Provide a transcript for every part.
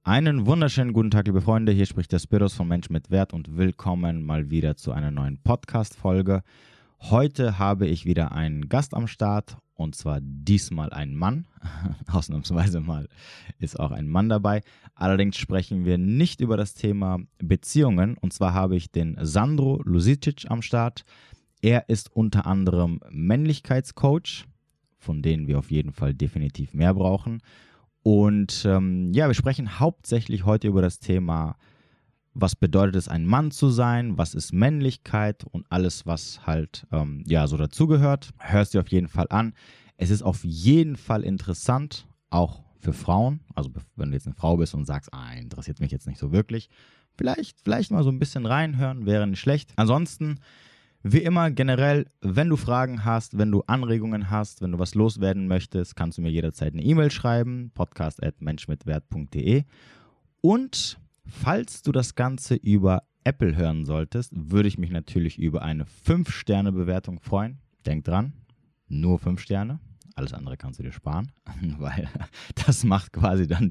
Einen wunderschönen guten Tag, liebe Freunde. Hier spricht der Spiros von Mensch mit Wert und willkommen mal wieder zu einer neuen Podcast-Folge. Heute habe ich wieder einen Gast am Start und zwar diesmal ein Mann. Ausnahmsweise mal ist auch ein Mann dabei. Allerdings sprechen wir nicht über das Thema Beziehungen und zwar habe ich den Sandro Lusicic am Start. Er ist unter anderem Männlichkeitscoach, von denen wir auf jeden Fall definitiv mehr brauchen. Und wir sprechen hauptsächlich heute über das Thema, was bedeutet es, ein Mann zu sein, was ist Männlichkeit und alles, was halt so dazugehört. Hörst dir auf jeden Fall an. Es ist auf jeden Fall interessant, auch für Frauen. Also wenn du jetzt eine Frau bist und sagst, interessiert mich jetzt nicht so wirklich, vielleicht mal so ein bisschen reinhören, wäre nicht schlecht. Ansonsten wie immer generell, wenn du Fragen hast, wenn du Anregungen hast, wenn du was loswerden möchtest, kannst du mir jederzeit eine E-Mail schreiben, podcast@menschmitwert.de. Und falls du das Ganze über Apple hören solltest, würde ich mich natürlich über eine 5-Sterne-Bewertung freuen. Denk dran, nur 5 Sterne. Alles andere kannst du dir sparen, weil das macht quasi dann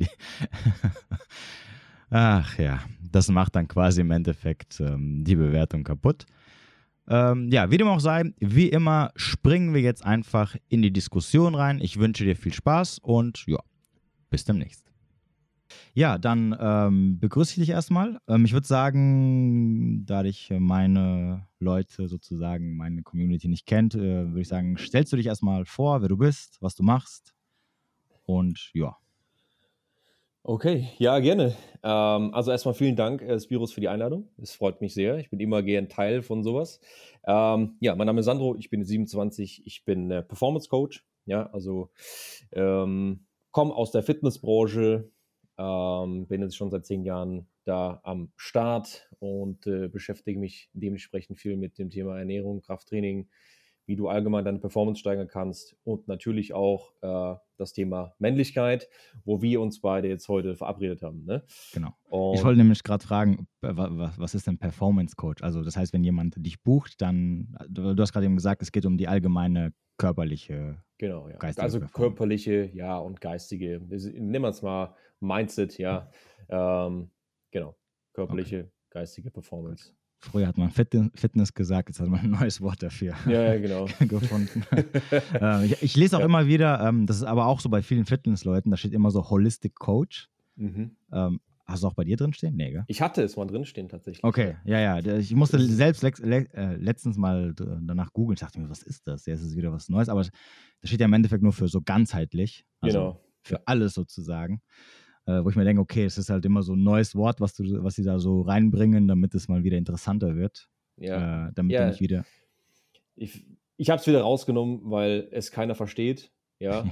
das macht dann quasi im Endeffekt die Bewertung kaputt. Wie dem auch sei, wie immer springen wir jetzt einfach in die Diskussion rein. Ich wünsche dir viel Spaß und bis demnächst. Ja, dann begrüße ich dich erstmal. Ich würde sagen, da dich meine Leute sozusagen, meine Community nicht kennt, würde ich sagen, stellst du dich erstmal vor, wer du bist, was du machst und ja. Okay, ja, gerne. Also erstmal vielen Dank, Spiros, für die Einladung. Es freut mich sehr. Ich bin immer gern Teil von sowas. Mein Name ist Sandro, ich bin 27, ich bin Performance Coach. Ja, also komme aus der Fitnessbranche, bin jetzt schon seit 10 Jahren da am Start und beschäftige mich dementsprechend viel mit dem Thema Ernährung, Krafttraining, wie du allgemein deine Performance steigern kannst und natürlich auch das Thema Männlichkeit, wo wir uns beide jetzt heute verabredet haben. Ne? Genau. Ich wollte nämlich gerade fragen, was ist denn Performance Coach? Also das heißt, wenn jemand dich bucht, dann, du hast gerade eben gesagt, es geht um die allgemeine körperliche, genau, ja. geistige Also Performance. körperliche, ja, und geistige. Nehmen wir es mal Mindset, ja. Genau, körperliche, geistige Performance. Gut. Früher hat man Fitness gesagt, jetzt hat man ein neues Wort dafür Ja, genau. gefunden. Ich lese auch immer wieder, das ist aber auch so bei vielen Fitnessleuten, da steht immer so Holistic Coach. Mhm. Hast du auch bei dir drin stehen? Nee, gell? Ich hatte es mal drinstehen tatsächlich. Okay, ja. Ich musste selbst letztens mal danach googeln. Ich dachte mir, was ist das? Jetzt ist es wieder was Neues. Aber das steht ja im Endeffekt nur für so ganzheitlich. Also genau. für alles sozusagen. Wo ich mir denke, okay, es ist halt immer so ein neues Wort, was sie da so reinbringen, damit es mal wieder interessanter wird. Ja. Damit du nicht wieder... Ich habe es wieder rausgenommen, weil es keiner versteht. Ja.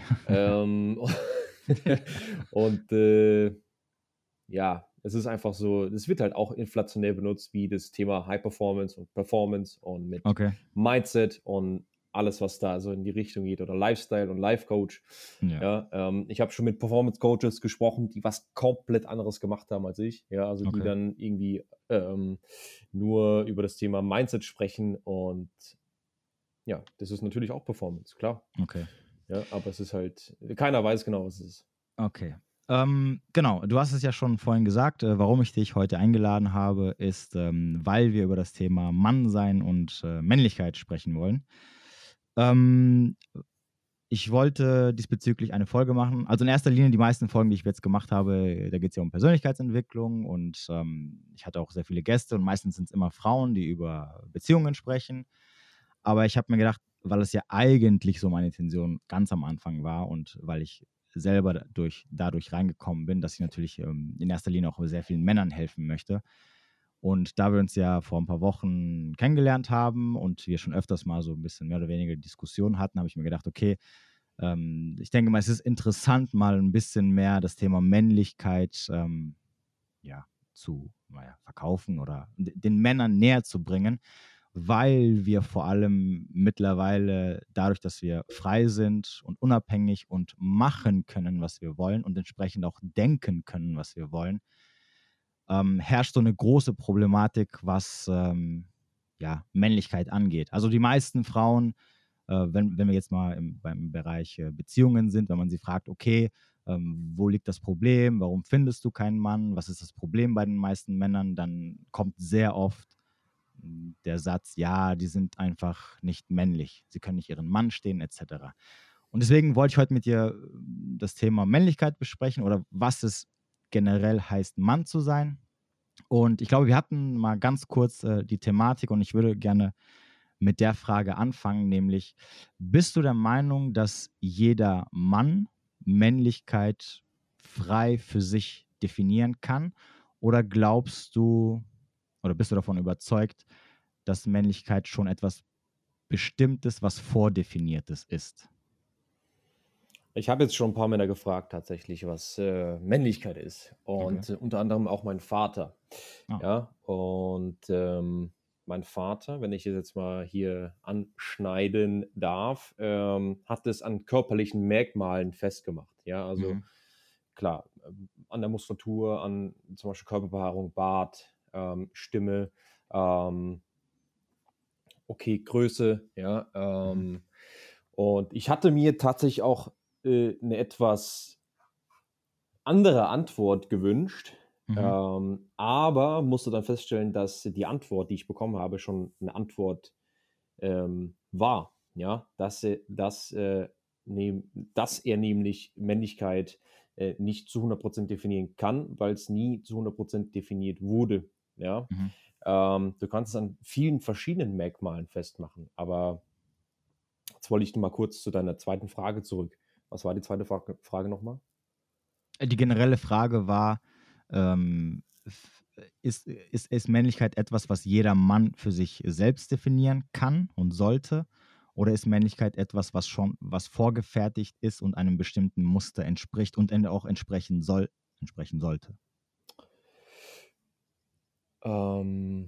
Es ist einfach so, es wird halt auch inflationär benutzt, wie das Thema High Performance und Performance und mit Mindset und alles, was da so in die Richtung geht, oder Lifestyle und Life Coach. Ja. Ich habe schon mit Performance Coaches gesprochen, die was komplett anderes gemacht haben als ich. Ja, also die dann irgendwie nur über das Thema Mindset sprechen und ja, das ist natürlich auch Performance, klar. Okay. Ja, aber es ist halt, keiner weiß genau, was es ist. Okay. Genau, du hast es ja schon vorhin gesagt, warum ich dich heute eingeladen habe, ist, weil wir über das Thema Mannsein und Männlichkeit sprechen wollen. Ich wollte diesbezüglich eine Folge machen. Also in erster Linie die meisten Folgen, die ich jetzt gemacht habe, da geht es ja um Persönlichkeitsentwicklung und ich hatte auch sehr viele Gäste und meistens sind es immer Frauen, die über Beziehungen sprechen. Aber ich habe mir gedacht, weil es ja eigentlich so meine Intention ganz am Anfang war und weil ich selber dadurch reingekommen bin, dass ich natürlich in erster Linie auch sehr vielen Männern helfen möchte. Und da wir uns ja vor ein paar Wochen kennengelernt haben und wir schon öfters mal so ein bisschen mehr oder weniger Diskussionen hatten, habe ich mir gedacht, okay, ich denke mal, es ist interessant, mal ein bisschen mehr das Thema Männlichkeit zu verkaufen oder den Männern näher zu bringen, weil wir vor allem mittlerweile dadurch, dass wir frei sind und unabhängig und machen können, was wir wollen und entsprechend auch denken können, was wir wollen, herrscht so eine große Problematik, was Männlichkeit angeht. Also die meisten Frauen, wenn wir jetzt mal beim Bereich Beziehungen sind, wenn man sie fragt, okay, wo liegt das Problem, warum findest du keinen Mann, was ist das Problem bei den meisten Männern, dann kommt sehr oft der Satz, ja, die sind einfach nicht männlich, sie können nicht ihren Mann stehen, etc. Und deswegen wollte ich heute mit dir das Thema Männlichkeit besprechen oder was es generell heißt, Mann zu sein. Und ich glaube, wir hatten mal ganz kurz die Thematik und ich würde gerne mit der Frage anfangen, nämlich, bist du der Meinung, dass jeder Mann Männlichkeit frei für sich definieren kann? Oder glaubst du oder bist du davon überzeugt, dass Männlichkeit schon etwas Bestimmtes, was Vordefiniertes ist? Ich habe jetzt schon ein paar Männer gefragt tatsächlich, was Männlichkeit ist. Okay. Und unter anderem auch mein Vater. Ah. Ja, und mein Vater, wenn ich es jetzt mal hier anschneiden darf, hat es an körperlichen Merkmalen festgemacht. Ja, also Mhm. klar, an der Muskulatur, an zum Beispiel Körperbehaarung, Bart, Stimme, ähm, okay, Größe, ja. Mhm. Und ich hatte mir tatsächlich auch eine etwas andere Antwort gewünscht, Mhm. aber musste dann feststellen, dass die Antwort, die ich bekommen habe, schon eine Antwort war. Ja, dass er nämlich Männlichkeit nicht zu 100% definieren kann, weil es nie zu 100% definiert wurde. Ja, Mhm. du kannst es an vielen verschiedenen Merkmalen festmachen, aber jetzt wollte ich noch mal kurz zu deiner zweiten Frage zurück. Was war die zweite Frage nochmal? Die generelle Frage war, ist Männlichkeit etwas, was jeder Mann für sich selbst definieren kann und sollte? Oder ist Männlichkeit etwas, was vorgefertigt ist und einem bestimmten Muster entspricht und auch entsprechen sollte? Ähm,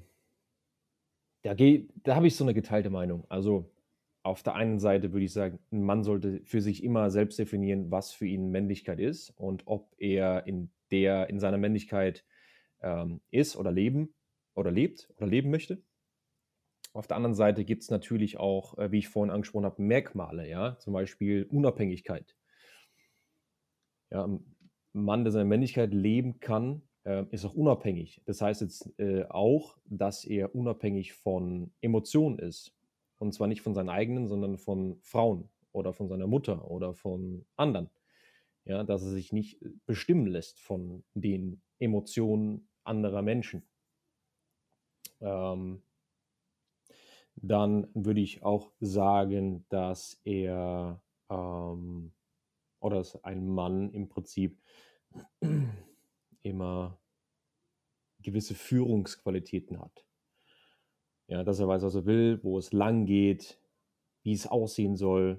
da habe ich so eine geteilte Meinung. Also auf der einen Seite würde ich sagen, ein Mann sollte für sich immer selbst definieren, was für ihn Männlichkeit ist und ob er in seiner Männlichkeit ist oder lebt oder leben möchte. Auf der anderen Seite gibt es natürlich auch, wie ich vorhin angesprochen habe, Merkmale, ja, zum Beispiel Unabhängigkeit. Ja, ein Mann, der seine Männlichkeit leben kann, ist auch unabhängig. Das heißt jetzt auch, dass er unabhängig von Emotionen ist. Und zwar nicht von seinen eigenen, sondern von Frauen oder von seiner Mutter oder von anderen. Ja, dass er sich nicht bestimmen lässt von den Emotionen anderer Menschen. Ähm, Dann würde ich auch sagen, dass er oder dass ein Mann im Prinzip immer gewisse Führungsqualitäten hat. Ja, dass er weiß, was er will, wo es lang geht, wie es aussehen soll.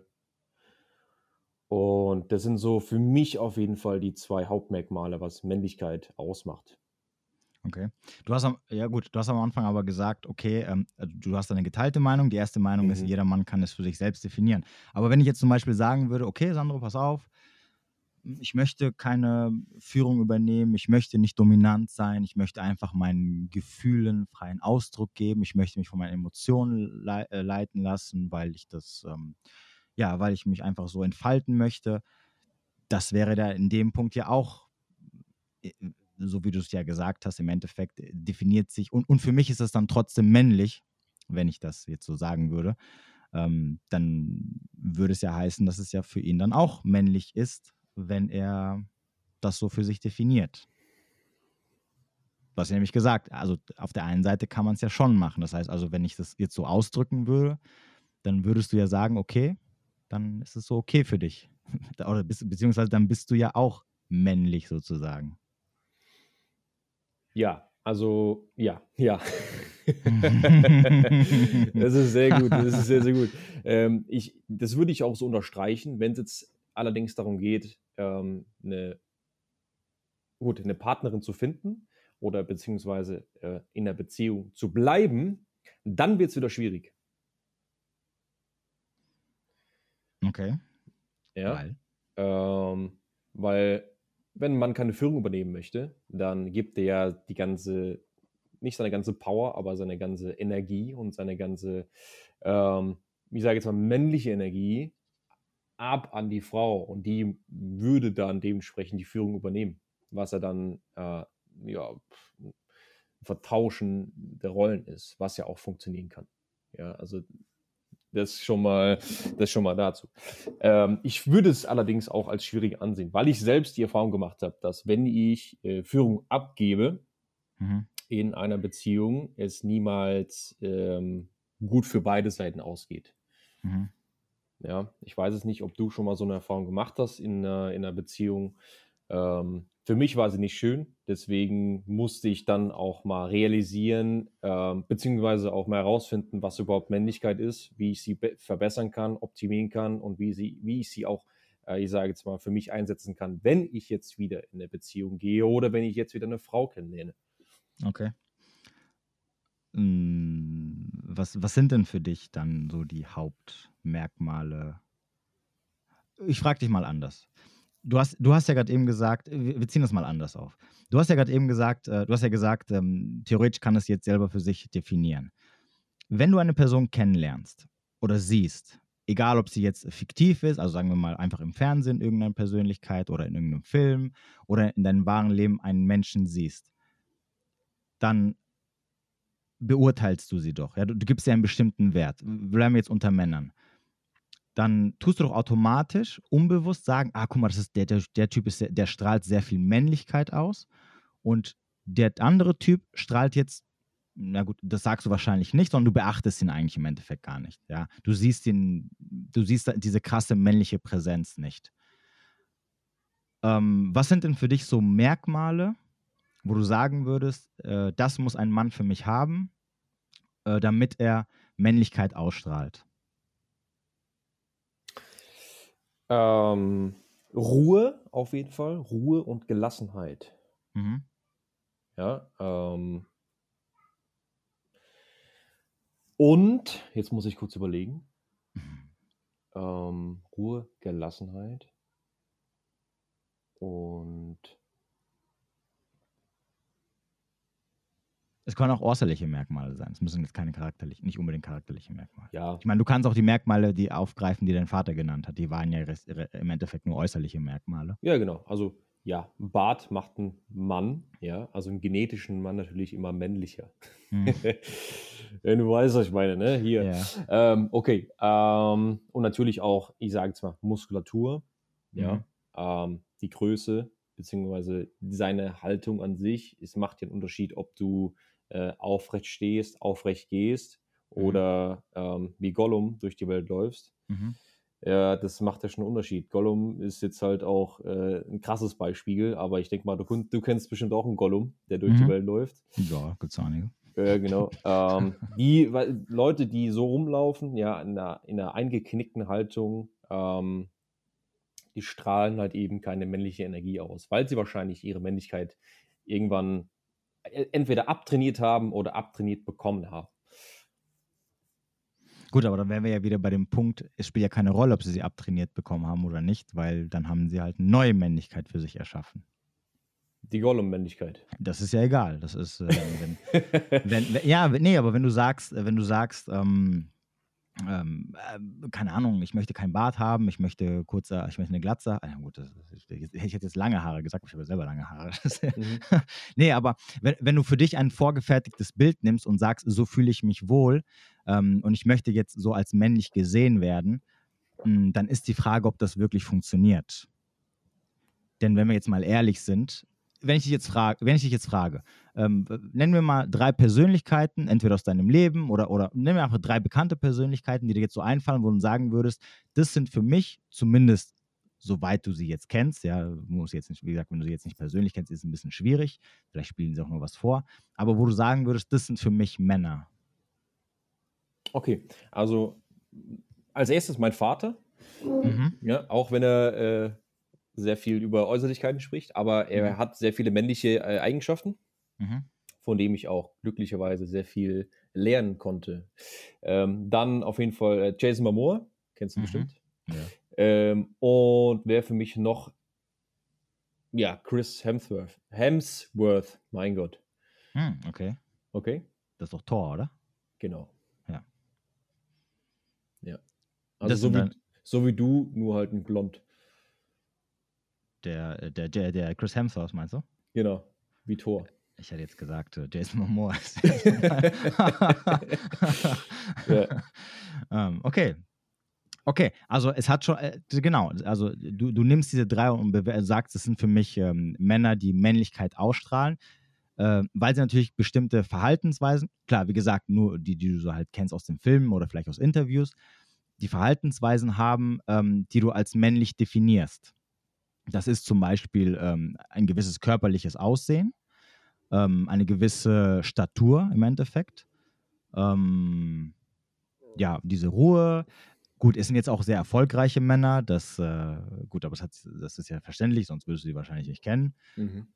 Und das sind so für mich auf jeden Fall die zwei Hauptmerkmale, was Männlichkeit ausmacht. Okay. Du hast am Anfang aber gesagt, okay, du hast eine geteilte Meinung. Die erste Meinung ist, Mhm. jeder Mann kann es für sich selbst definieren. Aber wenn ich jetzt zum Beispiel sagen würde, okay, Sandro, pass auf, ich möchte keine Führung übernehmen, ich möchte nicht dominant sein, ich möchte einfach meinen Gefühlen freien Ausdruck geben, ich möchte mich von meinen Emotionen leiten lassen, weil ich mich einfach so entfalten möchte. Das wäre da in dem Punkt ja auch, äh, so wie du es ja gesagt hast, im Endeffekt definiert sich, und für mich ist das dann trotzdem männlich, wenn ich das jetzt so sagen würde, dann würde es ja heißen, dass es ja für ihn dann auch männlich ist, wenn er das so für sich definiert. Du hast ja nämlich gesagt, also auf der einen Seite kann man es ja schon machen. Das heißt also, wenn ich das jetzt so ausdrücken würde, dann würdest du ja sagen, okay, dann ist es so okay für dich. Oder beziehungsweise dann bist du ja auch männlich sozusagen. Ja, also ja, ja. Das ist sehr gut, das ist sehr, sehr gut. Das würde ich auch so unterstreichen, wenn es jetzt allerdings darum geht, eine Partnerin zu finden oder beziehungsweise in der Beziehung zu bleiben, dann wird es wieder schwierig. Okay, Ja? weil. Weil, wenn ein Mann keine Führung übernehmen möchte, dann gibt er ja nicht seine ganze Power, aber seine ganze Energie und seine ganze, ich sage jetzt mal, männliche Energie ab an die Frau und die würde dann dementsprechend die Führung übernehmen, was ja dann Vertauschen der Rollen ist, was ja auch funktionieren kann. Ja, also das schon mal dazu. Ich würde es allerdings auch als schwierig ansehen, weil ich selbst die Erfahrung gemacht habe, dass wenn ich Führung abgebe in einer Beziehung, es niemals gut für beide Seiten ausgeht. Ja, ich weiß es nicht, ob du schon mal so eine Erfahrung gemacht hast in einer Beziehung. Für mich war sie nicht schön, deswegen musste ich dann auch mal realisieren, beziehungsweise auch mal herausfinden, was überhaupt Männlichkeit ist, wie ich sie verbessern kann, optimieren kann und wie ich sie auch, ich sage jetzt mal, für mich einsetzen kann, wenn ich jetzt wieder in eine Beziehung gehe oder wenn ich jetzt wieder eine Frau kennenlerne. Okay. Was sind denn für dich dann so die Hauptmerkmale? Ich frage dich mal anders. Du hast ja gerade eben gesagt, wir ziehen das mal anders auf. Du hast ja gerade eben gesagt, theoretisch kann es jetzt selber für sich definieren. Wenn du eine Person kennenlernst oder siehst, egal ob sie jetzt fiktiv ist, also sagen wir mal einfach im Fernsehen irgendeine Persönlichkeit oder in irgendeinem Film oder in deinem wahren Leben einen Menschen siehst, dann beurteilst du sie doch. Ja? Du gibst ihr einen bestimmten Wert. Wir bleiben jetzt unter Männern. Dann tust du doch automatisch unbewusst sagen, guck mal, das ist der Typ, der strahlt sehr viel Männlichkeit aus und der andere Typ strahlt jetzt, na gut, das sagst du wahrscheinlich nicht, sondern du beachtest ihn eigentlich im Endeffekt gar nicht. Ja? Du siehst diese krasse männliche Präsenz nicht. Was sind denn für dich so Merkmale, wo du sagen würdest, das muss ein Mann für mich haben, damit er Männlichkeit ausstrahlt? Ruhe auf jeden Fall, Ruhe und Gelassenheit. Ja, und jetzt muss ich kurz überlegen. Ruhe, Gelassenheit und es können auch äußerliche Merkmale sein. Es müssen jetzt nicht unbedingt charakterliche Merkmale. ja. Ich meine, du kannst auch die Merkmale, die aufgreifen, die dein Vater genannt hat. Die waren ja im Endeffekt nur äußerliche Merkmale. Ja, genau. Also ja, ein Bart macht einen Mann, ja, also einen genetischen Mann natürlich immer männlicher. Wenn du weißt, was ich meine, ne? Hier. Ja. Okay. Und natürlich auch, ich sage jetzt mal, Muskulatur, ja, die Größe, beziehungsweise seine Haltung an sich. Es macht ja einen Unterschied, ob du aufrecht stehst, aufrecht gehst oder wie Gollum durch die Welt läufst. Ja, das macht ja schon einen Unterschied. Gollum ist jetzt halt auch ein krasses Beispiel, aber ich denke mal, du kennst bestimmt auch einen Gollum, der durch die Welt läuft. Ja, gibt's einige. Genau. Die Leute, die so rumlaufen, ja, in einer eingeknickten Haltung, die strahlen halt eben keine männliche Energie aus, weil sie wahrscheinlich ihre Männlichkeit irgendwann entweder abtrainiert haben oder abtrainiert bekommen haben. Gut, aber dann wären wir ja wieder bei dem Punkt, es spielt ja keine Rolle, ob sie abtrainiert bekommen haben oder nicht, weil dann haben sie halt eine neue Männlichkeit für sich erschaffen. Die Gollum-Männlichkeit. Das ist ja egal. Das ist, aber wenn du sagst, keine Ahnung, ich möchte keinen Bart haben, ich möchte eine Glatze. Gut, ich hätte jetzt lange Haare gesagt, ich habe selber lange Haare. Nee, aber wenn du für dich ein vorgefertigtes Bild nimmst und sagst, so fühle ich mich wohl und ich möchte jetzt so als männlich gesehen werden, dann ist die Frage, ob das wirklich funktioniert. Denn wenn wir jetzt mal ehrlich sind, wenn ich dich jetzt frage, nennen wir mal 3 Persönlichkeiten, entweder aus deinem Leben oder nennen wir einfach 3 bekannte Persönlichkeiten, die dir jetzt so einfallen, wo du sagen würdest, das sind für mich, zumindest soweit du sie jetzt kennst, ja, muss jetzt nicht, wie gesagt, wenn du sie jetzt nicht persönlich kennst, ist es ein bisschen schwierig, vielleicht spielen sie auch nur was vor, aber wo du sagen würdest, das sind für mich Männer. Okay, also als erstes mein Vater, ja, auch wenn er sehr viel über Äußerlichkeiten spricht, aber er hat sehr viele männliche Eigenschaften, von denen ich auch glücklicherweise sehr viel lernen konnte. Dann auf jeden Fall Jason Momoa, kennst du bestimmt. Ja. Und wer für mich noch, ja, Chris Hemsworth, mein Gott. Okay. Okay. Das ist doch Thor, oder? Genau. Ja. Ja. Also So wie du, nur halt ein Blond. Der Chris Hemsworth, meinst du? Genau, wie Thor. Ich hätte jetzt gesagt, Jason Momoa ist Ja. Okay. Okay, also es hat schon, genau, also du nimmst diese drei und sagst, es sind für mich Männer, die Männlichkeit ausstrahlen, weil sie natürlich bestimmte Verhaltensweisen, klar, wie gesagt, nur die du so halt kennst aus den Filmen oder vielleicht aus Interviews, die Verhaltensweisen haben, die du als männlich definierst. Das ist zum Beispiel ein gewisses körperliches Aussehen, eine gewisse Statur im Endeffekt, ja, diese Ruhe. Gut, es sind jetzt auch sehr erfolgreiche Männer, gut, aber das ist ja verständlich, sonst würdest du sie wahrscheinlich nicht kennen. Mhm.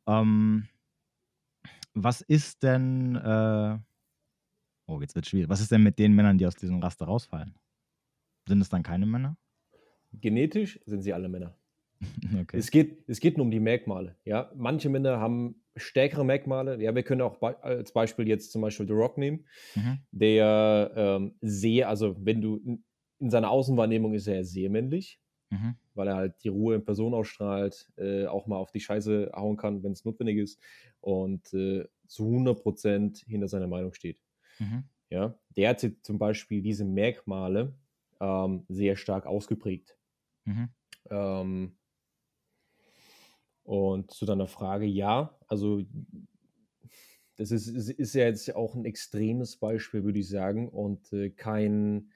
Was ist denn, oh, jetzt wird es schwierig, was ist denn mit den Männern, die aus diesem Raster rausfallen? Sind es dann keine Männer? Genetisch sind sie alle Männer. Okay. Es geht nur um die Merkmale. Ja? Manche Männer haben stärkere Merkmale. Ja, wir können auch als Beispiel jetzt zum Beispiel The Rock nehmen, der also wenn du in seiner Außenwahrnehmung ist er sehr männlich, weil er halt die Ruhe in Person ausstrahlt, auch mal auf die Scheiße hauen kann, wenn es notwendig ist und zu 100% hinter seiner Meinung steht. Ja? Der hat zum Beispiel diese Merkmale sehr stark ausgeprägt. Und zu deiner Frage, ja, also das ist ja jetzt auch ein extremes Beispiel, würde ich sagen, und kein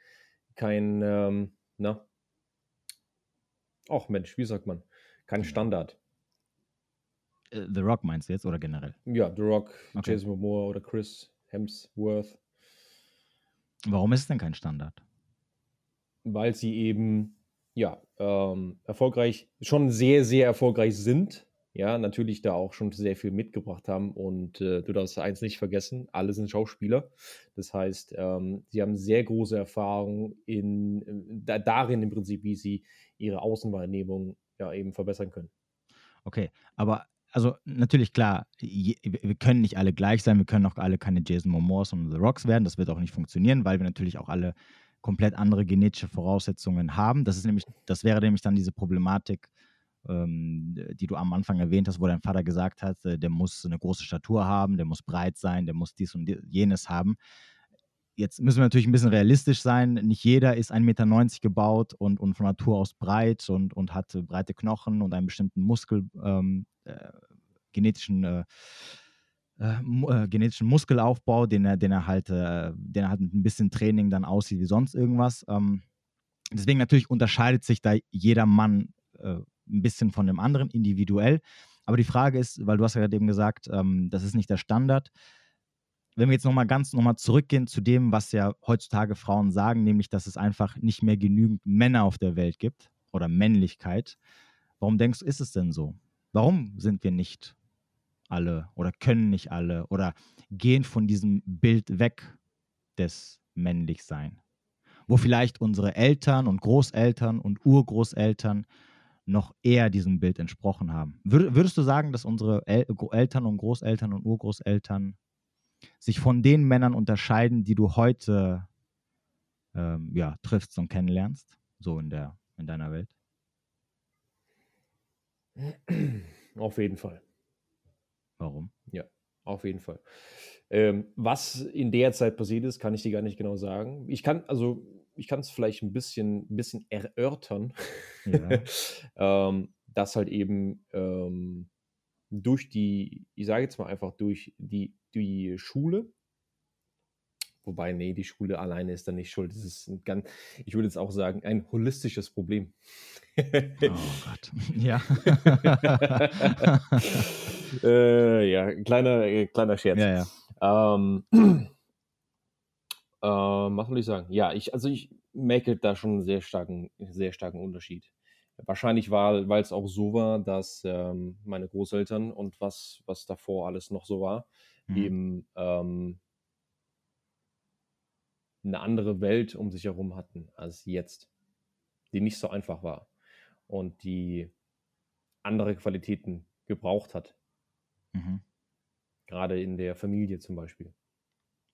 Mensch, wie sagt man, kein Standard. The Rock meinst du jetzt oder generell? Ja, The Rock, Okay. Jason Momoa oder Chris Hemsworth. Warum ist es denn kein Standard? Weil sie eben, ja, erfolgreich, schon sehr, sehr erfolgreich sind. Ja, natürlich da auch schon sehr viel mitgebracht haben. Und du darfst eins nicht vergessen, alle sind Schauspieler. Das heißt, sie haben sehr große Erfahrung darin im Prinzip, wie sie ihre Außenwahrnehmung ja eben verbessern können. Okay, aber also natürlich klar, wir können nicht alle gleich sein, wir können auch alle keine Jason Momoas und The Rocks werden, das wird auch nicht funktionieren, weil wir natürlich auch alle komplett andere genetische Voraussetzungen haben. Das wäre nämlich dann diese Problematik, die du am Anfang erwähnt hast, wo dein Vater gesagt hat, der muss eine große Statur haben, der muss breit sein, der muss dies und jenes haben. Jetzt müssen wir natürlich ein bisschen realistisch sein. Nicht jeder ist 1,90 Meter gebaut und von Natur aus breit und hat breite Knochen und einen bestimmten genetischen Muskelaufbau, den er halt mit ein bisschen Training dann aussieht wie sonst irgendwas. Deswegen natürlich unterscheidet sich da jeder Mann ein bisschen von dem anderen individuell. Aber die Frage ist, weil du hast ja gerade eben gesagt, das ist nicht der Standard. Wenn wir jetzt nochmal zurückgehen zu dem, was ja heutzutage Frauen sagen, nämlich, dass es einfach nicht mehr genügend Männer auf der Welt gibt oder Männlichkeit. Warum denkst du, ist es denn so? Warum sind wir nicht alle oder können nicht alle oder gehen von diesem Bild weg des Männlichsein? Wo vielleicht unsere Eltern und Großeltern und Urgroßeltern noch eher diesem Bild entsprochen haben. Würdest du sagen, dass unsere Eltern und Großeltern und Urgroßeltern sich von den Männern unterscheiden, die du heute triffst und kennenlernst, so in deiner Welt? Auf jeden Fall. Warum? Ja, auf jeden Fall. Was in der Zeit passiert ist, kann ich dir gar nicht genau sagen. Ich kann es vielleicht ein bisschen erörtern, dass halt eben durch ich sage jetzt mal einfach durch die Schule, wobei, nee, die Schule alleine ist da nicht schuld. Das ist ich würde jetzt auch sagen, ein holistisches Problem. Oh Gott, ja. Ja, kleiner Scherz. Ja. Was soll ich sagen? Ja, ich merke da schon einen sehr starken Unterschied. Wahrscheinlich weil es auch so war, dass meine Großeltern und was davor alles noch so war, eben eine andere Welt um sich herum hatten als jetzt, die nicht so einfach war und die andere Qualitäten gebraucht hat. Gerade in der Familie zum Beispiel.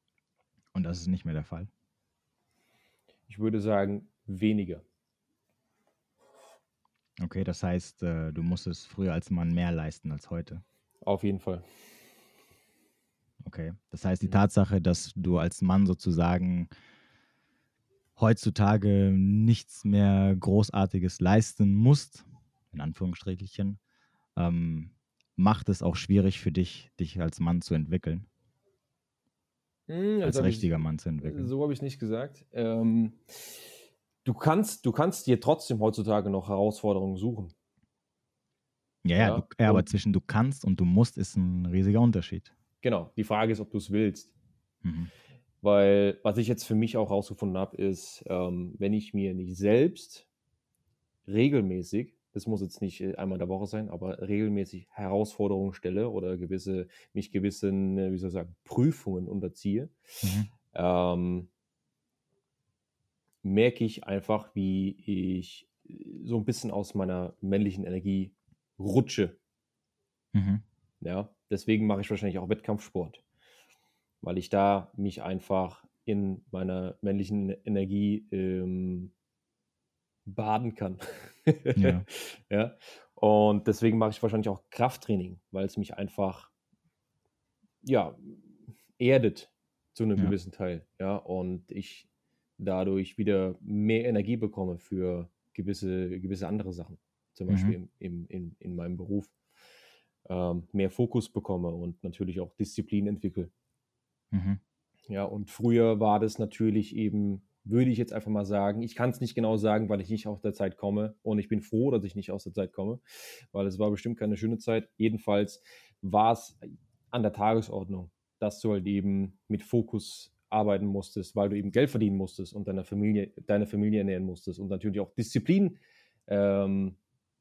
Und das ist nicht mehr der Fall? Ich würde sagen, weniger. Okay, das heißt, du musstest früher als Mann mehr leisten als heute. Auf jeden Fall. Okay. Das heißt, die Mhm. Tatsache, dass du als Mann sozusagen heutzutage nichts mehr Großartiges leisten musst, in Anführungsstrichen, ähm, macht es auch schwierig für dich, dich als Mann zu entwickeln, Das als habe ich, richtiger Mann zu entwickeln. so habe ich nicht gesagt. Du kannst dir trotzdem heutzutage noch Herausforderungen suchen. Ja, ja, Ja, ja, aber und zwischen du kannst und du musst ist ein riesiger Unterschied. genau, die Frage ist, ob du es willst. Mhm. Weil was ich jetzt für mich auch rausgefunden habe, ist, wenn ich mir nicht selbst regelmäßig, das muss jetzt nicht einmal in der Woche sein, aber regelmäßig Herausforderungen stelle oder mich gewissen, wie soll ich sagen, Prüfungen unterziehe, Mhm. ähm, merke ich einfach, wie ich so ein bisschen aus meiner männlichen Energie rutsche. Mhm. Ja, deswegen mache ich wahrscheinlich auch Wettkampfsport, weil ich da mich einfach in meiner männlichen Energie baden kann. Ja. Ja, und deswegen mache ich wahrscheinlich auch Krafttraining, weil es mich einfach, ja, erdet zu einem Ja. gewissen Teil, ja, und ich dadurch wieder mehr Energie bekomme für gewisse andere Sachen, zum Mhm. Beispiel in meinem Beruf, mehr Fokus bekomme und natürlich auch Disziplin entwickle. Mhm. Ja, und früher war das natürlich eben, würde ich jetzt einfach mal sagen, ich kann es nicht genau sagen, weil ich nicht aus der Zeit komme und ich bin froh, dass ich nicht aus der Zeit komme, weil es war bestimmt keine schöne Zeit. Jedenfalls war es an der Tagesordnung, dass du halt eben mit Fokus arbeiten musstest, weil du eben Geld verdienen musstest und deine Familie ernähren musstest und natürlich auch Disziplin ähm,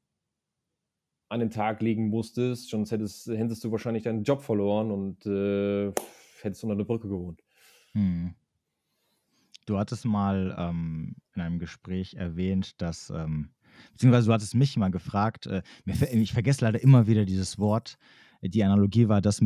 an den Tag legen musstest, sonst hättest du wahrscheinlich deinen Job verloren und hättest unter der Brücke gewohnt. Mhm. Du hattest mal in einem Gespräch erwähnt, dass, beziehungsweise du hattest mich mal gefragt, ich vergesse leider immer wieder dieses Wort. Die Analogie war das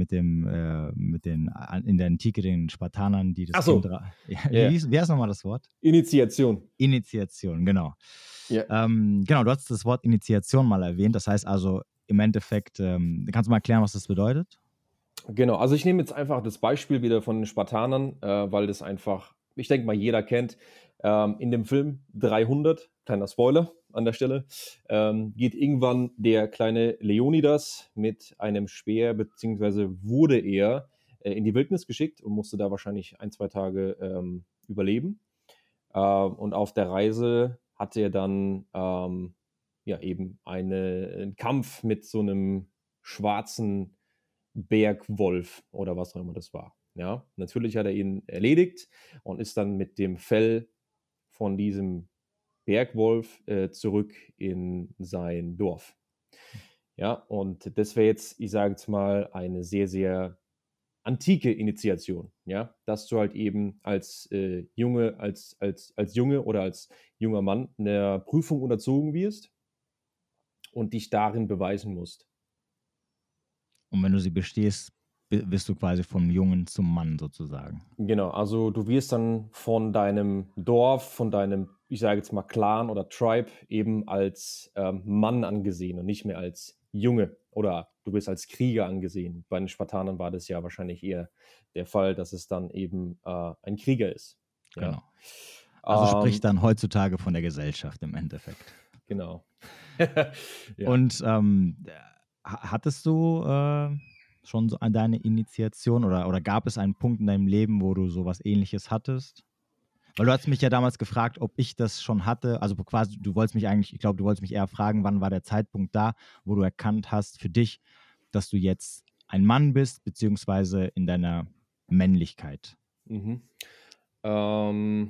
mit den in der Antike den Spartanern, die das Ach Kind. so, Ja, ja, wie heißt nochmal das Wort? Initiation. Initiation, genau. Ja, Genau, du hast das Wort Initiation mal erwähnt. Das heißt also im Endeffekt, kannst du mal erklären, was das bedeutet? genau. Also ich nehme jetzt einfach das Beispiel wieder von den Spartanern, weil das einfach, ich denke mal, jeder kennt. In dem Film 300, kleiner Spoiler an der Stelle, geht irgendwann der kleine Leonidas mit einem Speer, beziehungsweise wurde er in die Wildnis geschickt und musste da wahrscheinlich 1, 2 Tage überleben. Und auf der Reise hatte er dann ja eben einen Kampf mit so einem schwarzen Bergwolf oder was auch immer das war. Ja, natürlich hat er ihn erledigt und ist dann mit dem Fell von diesem Bergwolf zurück in sein Dorf. Ja, und das wäre jetzt, ich sage jetzt mal, eine sehr, sehr antike Initiation, ja, dass du halt eben als Junge, als Junge oder als junger Mann einer Prüfung unterzogen wirst und dich darin beweisen musst. Und wenn du sie bestehst, wirst du quasi vom Jungen zum Mann sozusagen. Genau, also du wirst dann von deinem Dorf, von deinem, ich sage jetzt mal Clan oder Tribe eben als Mann angesehen und nicht mehr als Junge oder du wirst als Krieger angesehen. Bei den Spartanern war das ja wahrscheinlich eher der Fall, dass es dann eben ein Krieger ist. Ja, Genau. Also spricht ähm, dann heutzutage von der Gesellschaft im Endeffekt. genau. Ja. Und hattest du schon so deine Initiation oder gab es einen Punkt in deinem Leben, wo du sowas Ähnliches hattest? Weil du hast mich ja damals gefragt, ob ich das schon hatte. Also quasi, du wolltest mich eigentlich, ich glaube, du wolltest mich eher fragen, wann war der Zeitpunkt da, wo du erkannt hast für dich, dass du jetzt ein Mann bist, beziehungsweise in deiner Männlichkeit. Mhm. Ähm,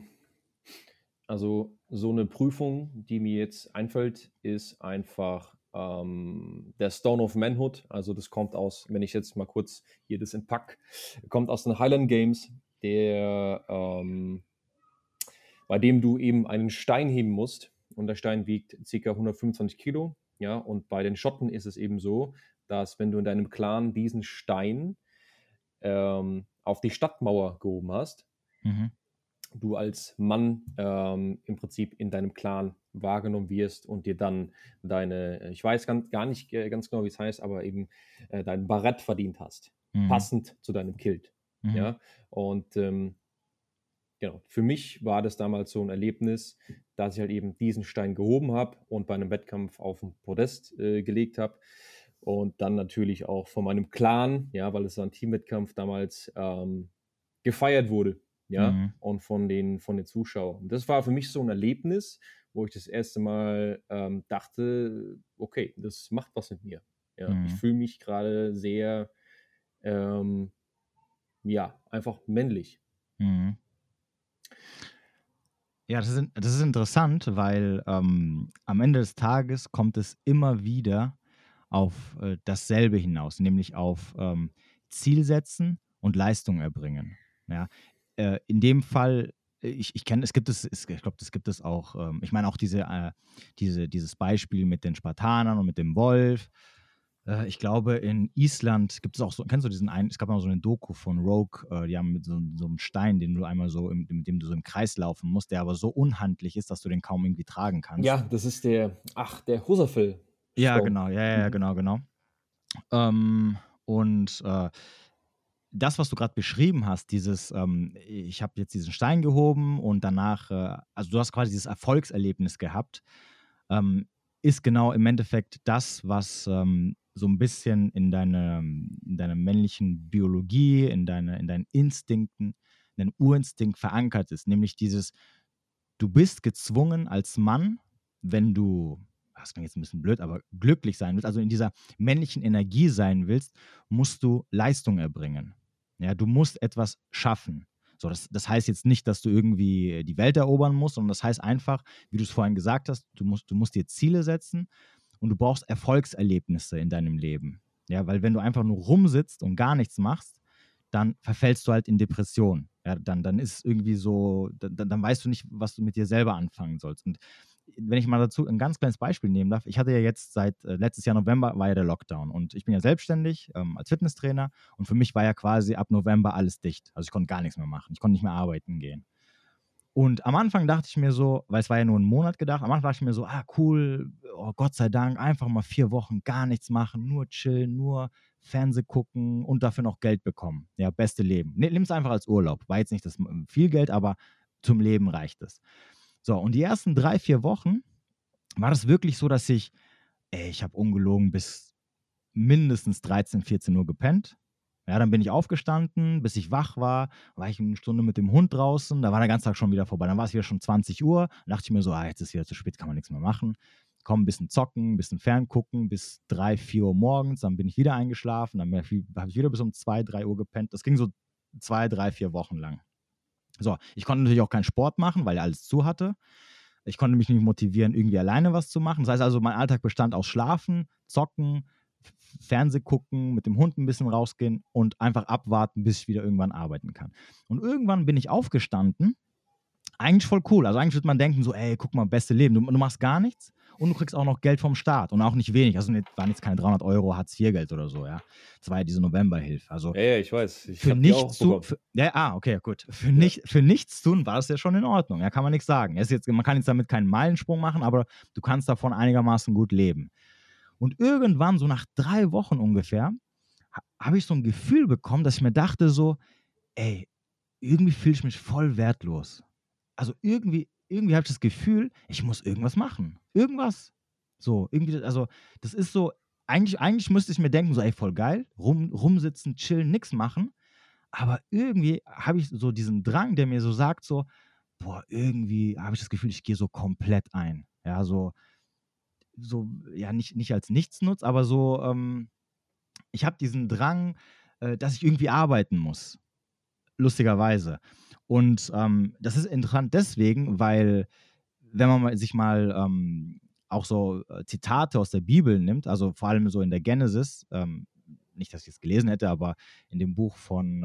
also so eine Prüfung, die mir jetzt einfällt, ist einfach der Stone of Manhood. Also das kommt aus, wenn ich jetzt mal kurz hier das entpack, kommt aus den Highland Games, bei dem du eben einen Stein heben musst und der Stein wiegt ca. 125 Kilo. Ja, und bei den Schotten ist es eben so, dass wenn du in deinem Clan diesen Stein auf die Stadtmauer gehoben hast, Mhm. du als Mann im Prinzip in deinem Clan wahrgenommen wirst und dir dann ich weiß gar nicht ganz genau, wie es heißt, aber eben dein Barett verdient hast, Mhm. passend zu deinem Kilt. Mhm. Ja, und genau, für mich war das damals so ein Erlebnis, dass ich halt eben diesen Stein gehoben habe und bei einem Wettkampf auf den Podest gelegt habe und dann natürlich auch von meinem Clan, ja, weil es war ein Teamwettkampf damals, gefeiert wurde, ja, Mhm. und von den Zuschauern. Und das war für mich so ein Erlebnis, wo ich das erste Mal dachte, okay, das macht was mit mir. Ja, ich Mhm. fühle mich gerade sehr, ähm, ja, einfach männlich. Mhm. Ja, das ist interessant, weil am Ende des Tages kommt es immer wieder auf dasselbe hinaus, nämlich auf Ziel setzen und Leistung erbringen. Ja? In dem Fall, ich kenne, ich glaube, das gibt es auch, ich meine auch dieses Beispiel mit den Spartanern und mit dem Wolf. Ich glaube, in Island gibt es auch so, kennst du diesen einen, es gab mal so eine Doku von Rogue, die haben mit so einem Stein, den du einmal so, mit dem du so im Kreis laufen musst, der aber so unhandlich ist, dass du den kaum irgendwie tragen kannst. Ja, das ist der Ja, Husafell-Stone. genau, ja, ja, ja, Mhm. genau, genau. Und das, was du gerade beschrieben hast, ich habe jetzt diesen Stein gehoben und danach, also du hast quasi dieses Erfolgserlebnis gehabt, ähm, ist genau im Endeffekt das, was so ein bisschen in deiner männlichen Biologie, in deinen Instinkten, in deinem Urinstinkt verankert ist. Nämlich du bist gezwungen als Mann, wenn du, das klingt jetzt ein bisschen blöd, aber glücklich sein willst, also in dieser männlichen Energie sein willst, musst du Leistung erbringen. Ja, du musst etwas schaffen. So, das heißt jetzt nicht, dass du irgendwie die Welt erobern musst, sondern das heißt einfach, wie du es vorhin gesagt hast, du musst dir Ziele setzen und du brauchst Erfolgserlebnisse in deinem Leben. Ja, weil wenn du einfach nur rumsitzt und gar nichts machst, dann verfällst du halt in Depression. Ja, dann ist irgendwie so, dann weißt du nicht, was du mit dir selber anfangen sollst. Und wenn ich mal dazu ein ganz kleines Beispiel nehmen darf, ich hatte ja jetzt seit letztes Jahr November war ja der Lockdown und ich bin ja selbstständig als Fitnesstrainer und für mich war ja quasi ab November alles dicht. Also ich konnte gar nichts mehr machen. Ich konnte nicht mehr arbeiten gehen. Und am Anfang dachte ich mir so, weil es war ja nur ein Monat gedacht, am Anfang dachte ich mir so, cool, oh, Gott sei Dank, einfach mal 4 Wochen gar nichts machen, nur chillen, nur Fernseh gucken und dafür noch Geld bekommen. Ja, beste Leben. Nimm es einfach als Urlaub. War jetzt nicht das viel Geld, aber zum Leben reicht es. So, und die ersten 3, 4 Wochen war das wirklich so, dass ich habe ungelogen bis mindestens 13, 14 Uhr gepennt. Ja, dann bin ich aufgestanden, bis ich wach war ich eine Stunde mit dem Hund draußen, da war der ganze Tag schon wieder vorbei. Dann war es wieder schon 20 Uhr, dann dachte ich mir so, jetzt ist wieder zu spät, kann man nichts mehr machen. Komm, ein bisschen zocken, ein bisschen ferngucken bis 3, 4 Uhr morgens, dann bin ich wieder eingeschlafen, dann habe ich wieder bis um 2, 3 Uhr gepennt. Das ging so 2, 3, 4 Wochen lang. So, ich konnte natürlich auch keinen Sport machen, weil er alles zu hatte. Ich konnte mich nicht motivieren, irgendwie alleine was zu machen. Das heißt also, mein Alltag bestand aus Schlafen, Zocken, Fernseh gucken, mit dem Hund ein bisschen rausgehen und einfach abwarten, bis ich wieder irgendwann arbeiten kann. Und irgendwann bin ich aufgestanden, eigentlich voll cool. Also eigentlich würde man denken, so, ey, guck mal, beste Leben. Du machst gar nichts und du kriegst auch noch Geld vom Staat und auch nicht wenig. Also waren jetzt keine 300 Euro Hartz-IV-Geld oder so, ja. Das war ja diese Novemberhilfe. Also Ja, ja, ich weiß. Ich für habe die auch nichts tun, bekommen. ja, okay, gut. Ja. Für nichts tun war das ja schon in Ordnung. Ja, kann man nichts sagen. Man kann jetzt damit keinen Meilensprung machen, aber du kannst davon einigermaßen gut leben. Und irgendwann, so nach 3 Wochen ungefähr, habe ich so ein Gefühl bekommen, dass ich mir dachte so, ey, irgendwie fühle ich mich voll wertlos. Also irgendwie habe ich das Gefühl, ich muss irgendwas machen. Irgendwas. So, irgendwie, also das ist so, eigentlich müsste ich mir denken, so, ey, voll geil, rumsitzen, chillen, nichts machen. Aber irgendwie habe ich so diesen Drang, der mir so sagt, so, boah, irgendwie habe ich das Gefühl, ich gehe so komplett ein. Ja, so, ja, nicht als Nichtsnutz, aber so, ich habe diesen Drang, dass ich irgendwie arbeiten muss, lustigerweise. Und das ist interessant deswegen, weil wenn man sich mal auch so Zitate aus der Bibel nimmt, also vor allem so in der Genesis, nicht, dass ich es gelesen hätte, aber in dem Buch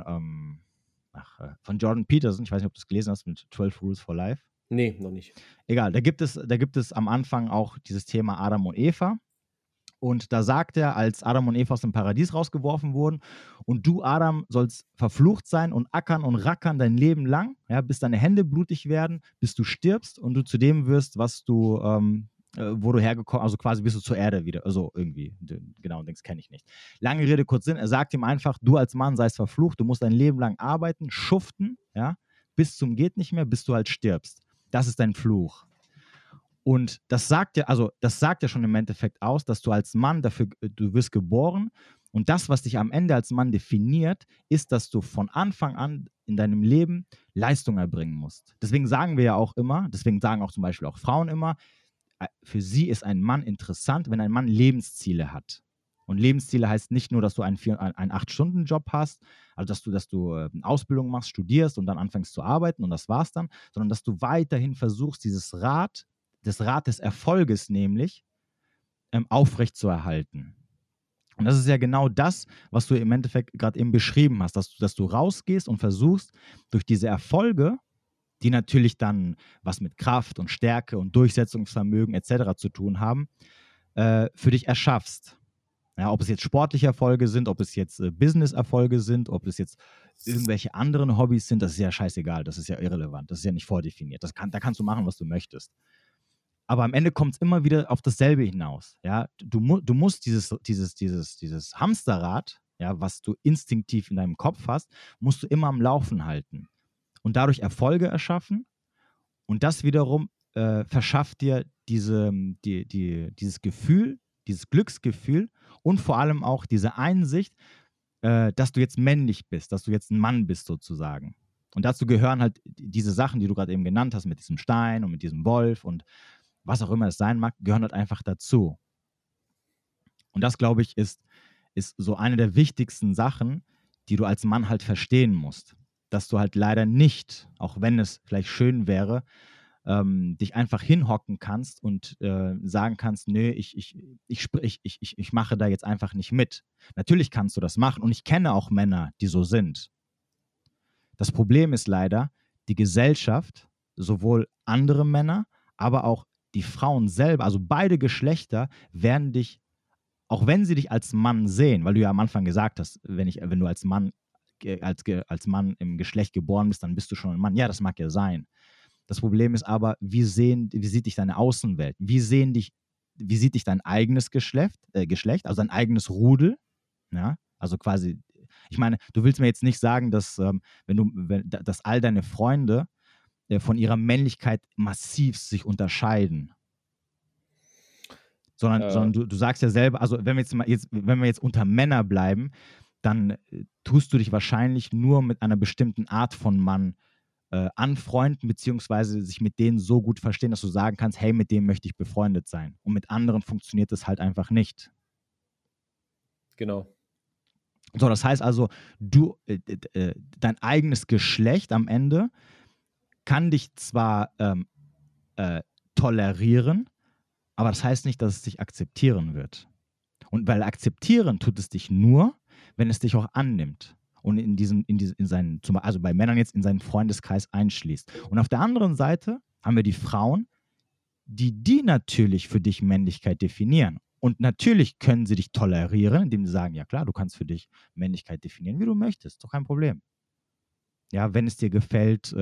von Jordan Peterson, ich weiß nicht, ob du es gelesen hast, mit 12 Rules for Life. Nee, noch nicht. Egal, da gibt es am Anfang auch dieses Thema Adam und Eva. Und da sagt er, als Adam und Eva aus dem Paradies rausgeworfen wurden, und du, Adam, sollst verflucht sein und ackern und rackern dein Leben lang, ja, bis deine Hände blutig werden, bis du stirbst und du zu dem wirst, was du, wo du hergekommen, also quasi bist du zur Erde wieder, also irgendwie, genau, das kenne ich nicht. Lange Rede, kurz Sinn, er sagt ihm einfach, du als Mann seist verflucht, du musst dein Leben lang arbeiten, schuften, ja, bis zum geht nicht mehr, bis du halt stirbst. Das ist dein Fluch. Und das sagt ja schon im Endeffekt aus, dass du als Mann du wirst geboren, und das, was dich am Ende als Mann definiert, ist, dass du von Anfang an in deinem Leben Leistung erbringen musst. Deswegen sagen wir ja auch immer, deswegen sagen auch zum Beispiel auch Frauen immer, für sie ist ein Mann interessant, wenn ein Mann Lebensziele hat. Und Lebensziele heißt nicht nur, dass du einen 8-Stunden-Job hast, also dass du eine Ausbildung machst, studierst und dann anfängst zu arbeiten und das war's dann, sondern dass du weiterhin versuchst, das Rad des Erfolges nämlich aufrechtzuerhalten. Und das ist ja genau das, was du im Endeffekt gerade eben beschrieben hast, dass du rausgehst und versuchst, durch diese Erfolge, die natürlich dann was mit Kraft und Stärke und Durchsetzungsvermögen etc. zu tun haben, für dich erschaffst. Ja, ob es jetzt sportliche Erfolge sind, ob es jetzt Business-Erfolge sind, ob es jetzt irgendwelche anderen Hobbys sind, das ist ja scheißegal, das ist ja irrelevant, das ist ja nicht vordefiniert. Da kannst du machen, was du möchtest. Aber am Ende kommt es immer wieder auf dasselbe hinaus. Ja? Du musst dieses Hamsterrad, ja, was du instinktiv in deinem Kopf hast, musst du immer am Laufen halten und dadurch Erfolge erschaffen. Und das wiederum verschafft dir dieses Gefühl, dieses Glücksgefühl und vor allem auch diese Einsicht, dass du jetzt männlich bist, dass du jetzt ein Mann bist sozusagen. Und dazu gehören halt diese Sachen, die du gerade eben genannt hast, mit diesem Stein und mit diesem Wolf und was auch immer es sein mag, gehören halt einfach dazu. Und das, glaube ich, ist so eine der wichtigsten Sachen, die du als Mann halt verstehen musst. Dass du halt leider nicht, auch wenn es vielleicht schön wäre, dich einfach hinhocken kannst und sagen kannst, nö, ich mache da jetzt einfach nicht mit. Natürlich kannst du das machen und ich kenne auch Männer, die so sind. Das Problem ist leider, die Gesellschaft, sowohl andere Männer, aber auch die Frauen selber, also beide Geschlechter, werden dich, auch wenn sie dich als Mann sehen, weil du ja am Anfang gesagt hast, wenn du als Mann im Geschlecht geboren bist, dann bist du schon ein Mann. Ja, das mag ja sein. Das Problem ist aber, wie sieht dich deine Außenwelt? Wie sieht dich dein eigenes Geschlecht, also dein eigenes Rudel? Ja? Also quasi, ich meine, du willst mir jetzt nicht sagen, dass, dass all deine Freunde von ihrer Männlichkeit massiv sich unterscheiden. Sondern du sagst ja selber, also wenn wir jetzt unter Männer bleiben, dann tust du dich wahrscheinlich nur mit einer bestimmten Art von Mann anfreunden, beziehungsweise sich mit denen so gut verstehen, dass du sagen kannst, hey, mit dem möchte ich befreundet sein. Und mit anderen funktioniert das halt einfach nicht. Genau. So, das heißt also, dein eigenes Geschlecht am Ende kann dich zwar tolerieren, aber das heißt nicht, dass es dich akzeptieren wird. Und weil akzeptieren tut es dich nur, wenn es dich auch annimmt und also bei Männern jetzt in seinen Freundeskreis einschließt. Und auf der anderen Seite haben wir die Frauen, die natürlich für dich Männlichkeit definieren. Und natürlich können sie dich tolerieren, indem sie sagen, ja klar, du kannst für dich Männlichkeit definieren, wie du möchtest, doch kein Problem. Ja, wenn es dir gefällt,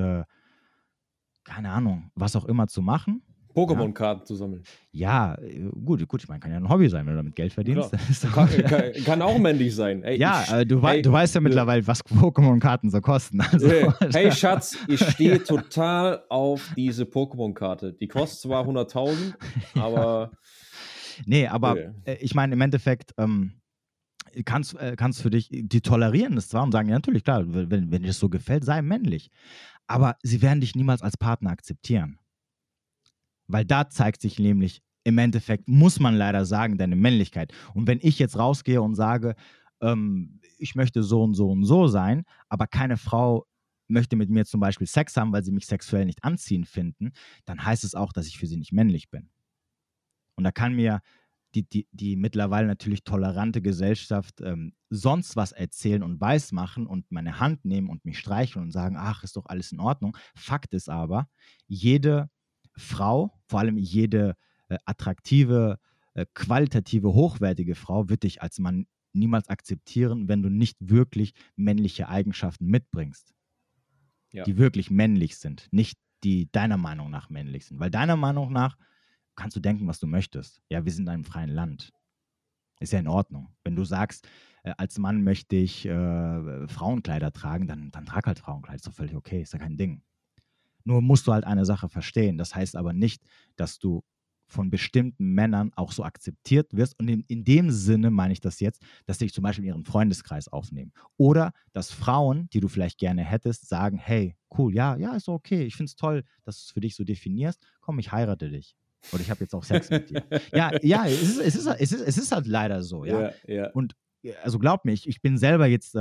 keine Ahnung, was auch immer zu machen. Pokémon-Karten zu sammeln. Ja, gut, ich meine, kann ja ein Hobby sein, wenn du damit Geld verdienst. Kann auch männlich sein. Ey, ja, du weißt ja mittlerweile, was Pokémon-Karten so kosten. Also, hey Schatz, ich stehe total auf diese Pokémon-Karte. Die kostet zwar 100.000, aber... Nee, aber ich meine, im Endeffekt kannst für dich, die tolerieren das zwar und sagen, ja natürlich, klar, wenn dir das so gefällt, sei männlich. Aber sie werden dich niemals als Partner akzeptieren. Weil da zeigt sich nämlich, im Endeffekt muss man leider sagen, deine Männlichkeit. Und wenn ich jetzt rausgehe und sage, ich möchte so und so und so sein, aber keine Frau möchte mit mir zum Beispiel Sex haben, weil sie mich sexuell nicht anziehend finden, dann heißt es auch, dass ich für sie nicht männlich bin. Und da kann mir die mittlerweile natürlich tolerante Gesellschaft sonst was erzählen und weismachen und meine Hand nehmen und mich streicheln und sagen, ach, ist doch alles in Ordnung. Fakt ist aber, jede Frau, vor allem jede attraktive qualitative, hochwertige Frau wird dich als Mann niemals akzeptieren, wenn du nicht wirklich männliche Eigenschaften mitbringst, Ja. die wirklich männlich sind, nicht die deiner Meinung nach männlich sind. Weil deiner Meinung nach kannst du denken, was du möchtest. Ja, wir sind in einem freien Land. Ist ja in Ordnung. Wenn du sagst, als Mann möchte ich Frauenkleider tragen, dann trag halt Frauenkleider. Ist doch völlig okay, ist ja kein Ding. Nur musst du halt eine Sache verstehen. Das heißt aber nicht, dass du von bestimmten Männern auch so akzeptiert wirst. Und in dem Sinne meine ich das jetzt, dass sie dich zum Beispiel in ihren Freundeskreis aufnehmen. Oder dass Frauen, die du vielleicht gerne hättest, sagen, hey, cool, ja, ist okay. Ich finde es toll, dass du es für dich so definierst. Komm, ich heirate dich. Oder ich habe jetzt auch Sex mit dir. Ja, es ist halt leider so, ja. Ja. Und also glaub mir, ich bin selber jetzt,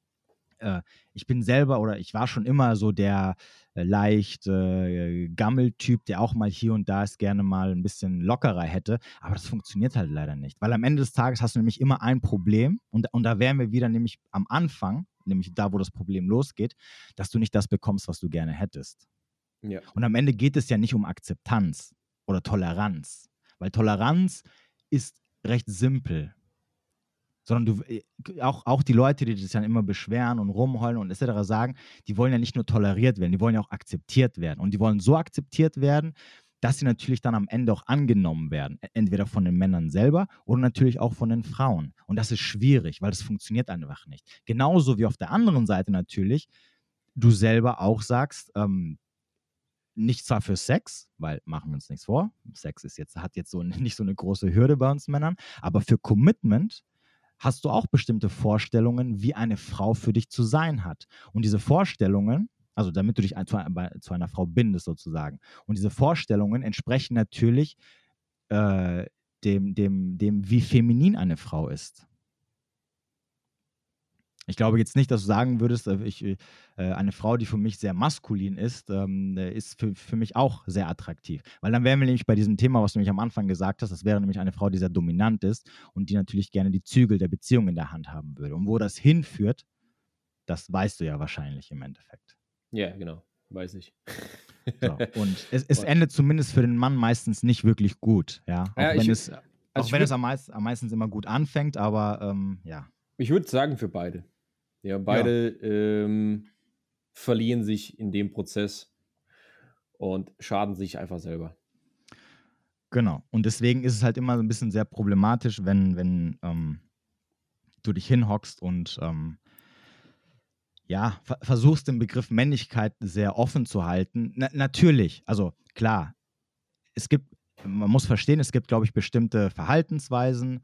ich war schon immer so der leicht Gammeltyp, der auch mal hier und da es gerne mal ein bisschen lockerer hätte. Aber das funktioniert halt leider nicht. Weil am Ende des Tages hast du nämlich immer ein Problem und da wären wir wieder nämlich am Anfang, nämlich da, wo das Problem losgeht, dass du nicht das bekommst, was du gerne hättest. Ja. Und am Ende geht es ja nicht um Akzeptanz oder Toleranz, weil Toleranz ist recht simpel. Sondern auch die Leute, die sich dann immer beschweren und rumheulen und etc. sagen, die wollen ja nicht nur toleriert werden, die wollen ja auch akzeptiert werden. Und die wollen so akzeptiert werden, dass sie natürlich dann am Ende auch angenommen werden. Entweder von den Männern selber oder natürlich auch von den Frauen. Und das ist schwierig, weil das funktioniert einfach nicht. Genauso wie auf der anderen Seite natürlich du selber auch sagst, nicht zwar für Sex, weil machen wir uns nichts vor, Sex hat jetzt nicht so eine große Hürde bei uns Männern, aber für Commitment hast du auch bestimmte Vorstellungen, wie eine Frau für dich zu sein hat. Und diese Vorstellungen, also damit du dich zu einer Frau bindest sozusagen, und diese Vorstellungen entsprechen natürlich dem, wie feminin eine Frau ist. Ich glaube jetzt nicht, dass du sagen würdest, eine Frau, die für mich sehr maskulin ist für mich auch sehr attraktiv. Weil dann wären wir nämlich bei diesem Thema, was du nämlich am Anfang gesagt hast, das wäre nämlich eine Frau, die sehr dominant ist und die natürlich gerne die Zügel der Beziehung in der Hand haben würde. Und wo das hinführt, das weißt du ja wahrscheinlich im Endeffekt. Ja, genau, weiß ich. So, und es endet zumindest für den Mann meistens nicht wirklich gut. Ja? Auch wenn es am meisten immer gut anfängt, aber ja. Ich würde sagen für beide. Ja, beide verlieren sich in dem Prozess und schaden sich einfach selber. Genau. Und deswegen ist es halt immer so ein bisschen sehr problematisch, wenn du dich hinhockst und versuchst, den Begriff Männlichkeit sehr offen zu halten. Natürlich, also klar, man muss verstehen, es gibt, glaube ich, bestimmte Verhaltensweisen,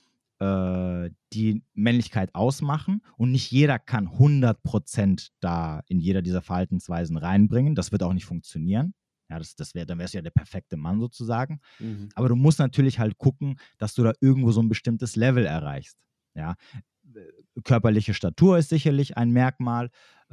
die Männlichkeit ausmachen und nicht jeder kann 100% da in jeder dieser Verhaltensweisen reinbringen. Das wird auch nicht funktionieren. Ja, dann wärst du ja der perfekte Mann sozusagen. Mhm. Aber du musst natürlich halt gucken, dass du da irgendwo so ein bestimmtes Level erreichst. Ja, körperliche Statur ist sicherlich ein Merkmal.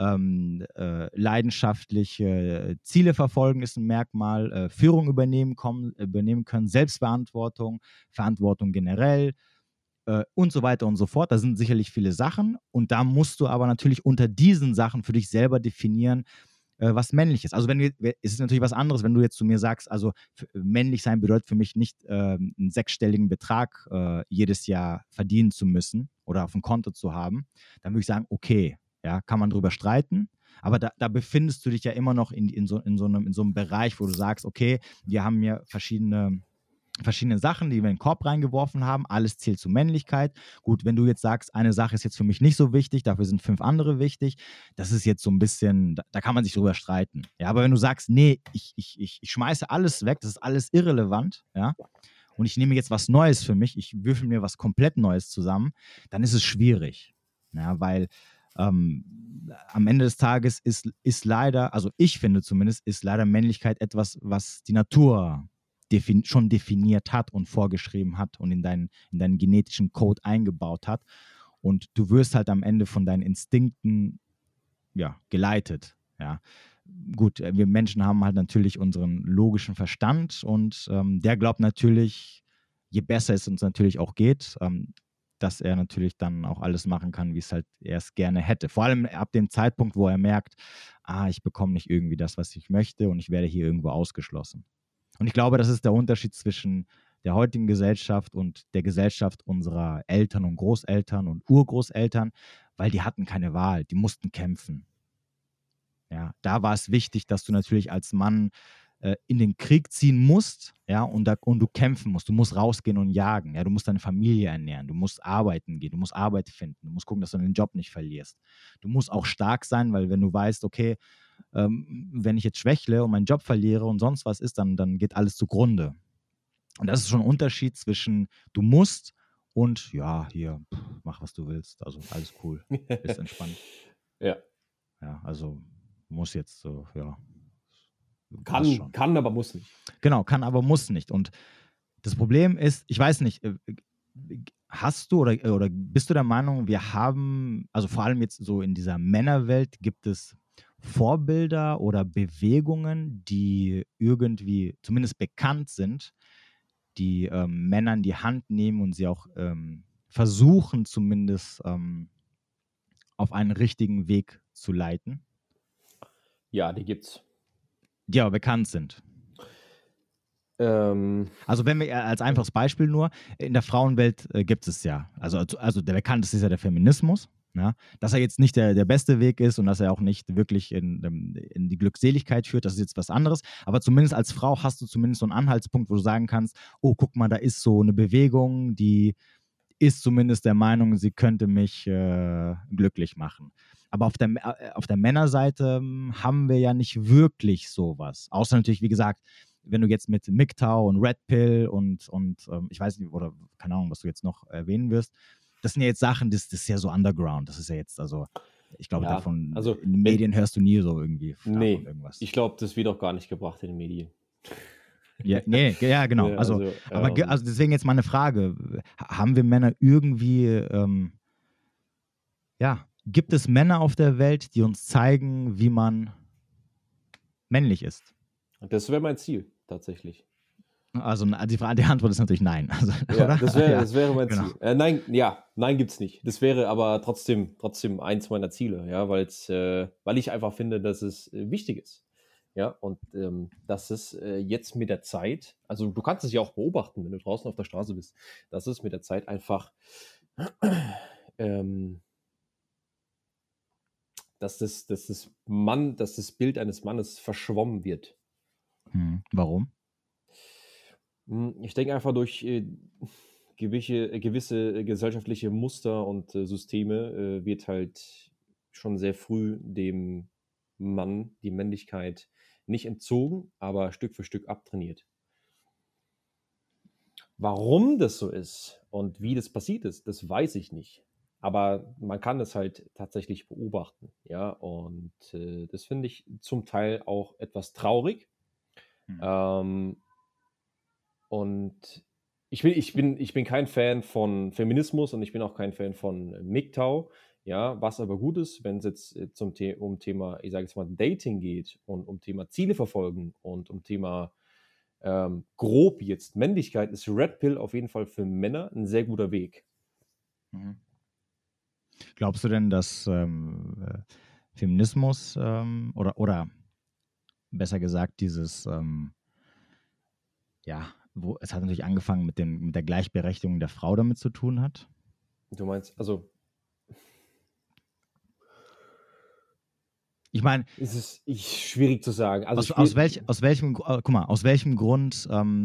Leidenschaftliche Ziele verfolgen ist ein Merkmal. Führung übernehmen können, Selbstverantwortung, Verantwortung generell und so weiter und so fort. Da sind sicherlich viele Sachen und da musst du aber natürlich unter diesen Sachen für dich selber definieren, was männlich ist. Also es ist natürlich was anderes, wenn du jetzt zu mir sagst, also männlich sein bedeutet für mich nicht, einen sechsstelligen Betrag jedes Jahr verdienen zu müssen oder auf dem Konto zu haben, dann würde ich sagen, okay, ja, kann man drüber streiten, aber da befindest du dich ja immer noch in so einem Bereich, wo du sagst, okay, wir haben hier verschiedene Sachen, die wir in den Korb reingeworfen haben. Alles zählt zu Männlichkeit. Gut, wenn du jetzt sagst, eine Sache ist jetzt für mich nicht so wichtig, dafür sind 5 andere wichtig, das ist jetzt so ein bisschen, da kann man sich drüber streiten. Ja, aber wenn du sagst, nee, ich schmeiße alles weg, das ist alles irrelevant, ja, und ich nehme jetzt was Neues für mich, ich würfel mir was komplett Neues zusammen, dann ist es schwierig. Ja, weil am Ende des Tages ist leider, also ich finde zumindest, ist leider Männlichkeit etwas, was die Natur schon definiert hat und vorgeschrieben hat und in deinen genetischen Code eingebaut hat. Und du wirst halt am Ende von deinen Instinkten geleitet. Ja. Gut, wir Menschen haben halt natürlich unseren logischen Verstand und der glaubt natürlich, je besser es uns natürlich auch geht, dass er natürlich dann auch alles machen kann, wie er es gerne hätte. Vor allem ab dem Zeitpunkt, wo er merkt, ich bekomme nicht irgendwie das, was ich möchte und ich werde hier irgendwo ausgeschlossen. Und ich glaube, das ist der Unterschied zwischen der heutigen Gesellschaft und der Gesellschaft unserer Eltern und Großeltern und Urgroßeltern, weil die hatten keine Wahl, die mussten kämpfen. Ja, da war es wichtig, dass du natürlich als Mann in den Krieg ziehen musst, ja, und du kämpfen musst. Du musst rausgehen und jagen, ja, du musst deine Familie ernähren, du musst arbeiten gehen, du musst Arbeit finden, du musst gucken, dass du den Job nicht verlierst. Du musst auch stark sein, weil wenn du weißt, okay, wenn ich jetzt schwächle und meinen Job verliere und sonst was ist, dann geht alles zugrunde. Und das ist schon ein Unterschied zwischen du musst und ja, hier, mach was du willst, also alles cool, ist entspannt. Ja. Ja, also muss jetzt so, ja. Kann, aber muss nicht. Genau, kann, aber muss nicht. Und das Problem ist, ich weiß nicht, hast du oder bist du der Meinung, wir haben, also vor allem jetzt so in dieser Männerwelt, gibt es Vorbilder oder Bewegungen, die irgendwie zumindest bekannt sind, die Männern die Hand nehmen und sie auch versuchen zumindest auf einen richtigen Weg zu leiten? Ja, die gibt's. Die aber bekannt sind. Also wenn wir als einfaches Beispiel nur, in der Frauenwelt gibt es ja, also der bekannteste ist ja der Feminismus, ja, dass er jetzt nicht der beste Weg ist und dass er auch nicht wirklich in die Glückseligkeit führt, das ist jetzt was anderes, aber zumindest als Frau hast du zumindest so einen Anhaltspunkt, wo du sagen kannst, oh, guck mal, da ist so eine Bewegung, die ist zumindest der Meinung, sie könnte mich glücklich machen. Aber auf der Männerseite haben wir ja nicht wirklich sowas. Außer natürlich, wie gesagt, wenn du jetzt mit MGTOW und Red Pill und ich weiß nicht, oder keine Ahnung, was du jetzt noch erwähnen wirst, das sind ja jetzt Sachen, das ist ja so Underground. Das ist ja jetzt, also ich glaube, Ja, davon, also, in den Medien hörst du nie so irgendwie nee, davon irgendwas. ich glaube, das wird auch gar nicht gebracht in den Medien. Ja, nee, ja, genau. Ja, Also deswegen jetzt mal eine Frage. Haben wir Männer irgendwie, ja, gibt es Männer auf der Welt, die uns zeigen, wie man männlich ist? Das wäre mein Ziel, tatsächlich. Also die Antwort ist natürlich nein. Also, Ja, oder? das wäre mein genau. Ziel. Nein gibt's nicht. Das wäre aber trotzdem eins meiner Ziele, ja, weil ich einfach finde, dass es wichtig ist. Ja, und dass es jetzt mit der Zeit, also du kannst es ja auch beobachten, wenn du draußen auf der Straße bist, dass es mit der Zeit einfach, dass das Bild eines Mannes verschwommen wird. Warum? Ich denke einfach durch gewisse gesellschaftliche Muster und Systeme wird halt schon sehr früh dem Mann die Männlichkeit nicht entzogen, aber Stück für Stück abtrainiert. Warum das so ist und wie das passiert ist, das weiß ich nicht. Aber man kann es halt tatsächlich beobachten, ja. Und das finde ich zum Teil auch etwas traurig. Und ich bin kein Fan von Feminismus und ich bin auch kein Fan von MGTOW. Ja, was aber gut ist, wenn es jetzt um Thema, ich sage jetzt mal, Dating geht und um Thema Ziele verfolgen und um Thema grob jetzt Männlichkeit, ist Red Pill auf jeden Fall für Männer ein sehr guter Weg. Glaubst du denn, dass Feminismus oder besser gesagt dieses, es hat natürlich angefangen mit der Gleichberechtigung der Frau damit zu tun hat? Du meinst, also ich meine, es ist schwierig zu sagen. Also aus welchem Grund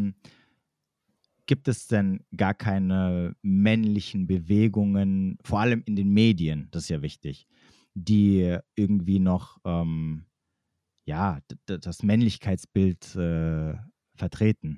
gibt es denn gar keine männlichen Bewegungen, vor allem in den Medien, das ist ja wichtig, die irgendwie noch das Männlichkeitsbild vertreten?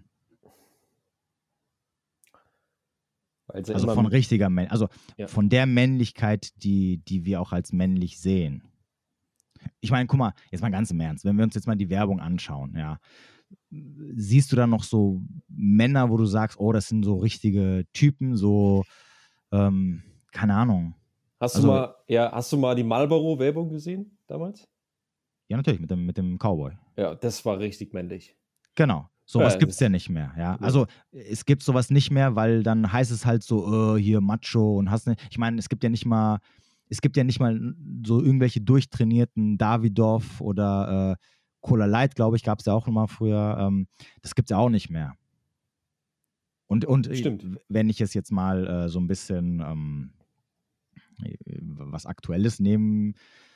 Also von richtiger von der Männlichkeit, die wir auch als männlich sehen. Ich meine, guck mal, jetzt mal ganz im Ernst, wenn wir uns jetzt mal die Werbung anschauen, ja, siehst du da noch so Männer, wo du sagst, oh, das sind so richtige Typen, so, keine Ahnung. Hast du mal die Marlboro-Werbung gesehen damals? Ja, natürlich, mit dem Cowboy. Ja, das war richtig männlich. Genau. Sowas gibt es ja nicht mehr, ja. Also es gibt sowas nicht mehr, weil dann heißt es halt so, hier Macho und hast nicht. Ich meine, es gibt ja nicht mal so irgendwelche durchtrainierten Davidoff oder Cola Light, glaube ich, gab es ja auch noch mal früher. Das gibt es ja auch nicht mehr. Und Stimmt. wenn ich es jetzt mal so ein bisschen was Aktuelles nehmen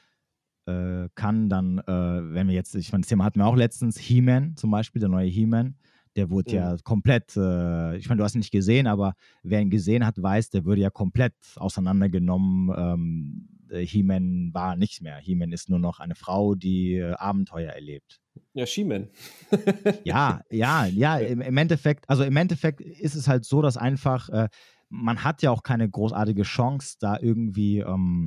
kann, dann, wenn wir jetzt, ich meine, das Thema hatten wir auch letztens, He-Man zum Beispiel, der neue He-Man, der wurde ja komplett, ich meine, du hast ihn nicht gesehen, aber wer ihn gesehen hat, weiß, der wurde ja komplett auseinandergenommen. He-Man war nichts mehr. He-Man ist nur noch eine Frau, die Abenteuer erlebt. Ja, She-Man. Ja, im Endeffekt ist es halt so, dass einfach, man hat ja auch keine großartige Chance, da irgendwie,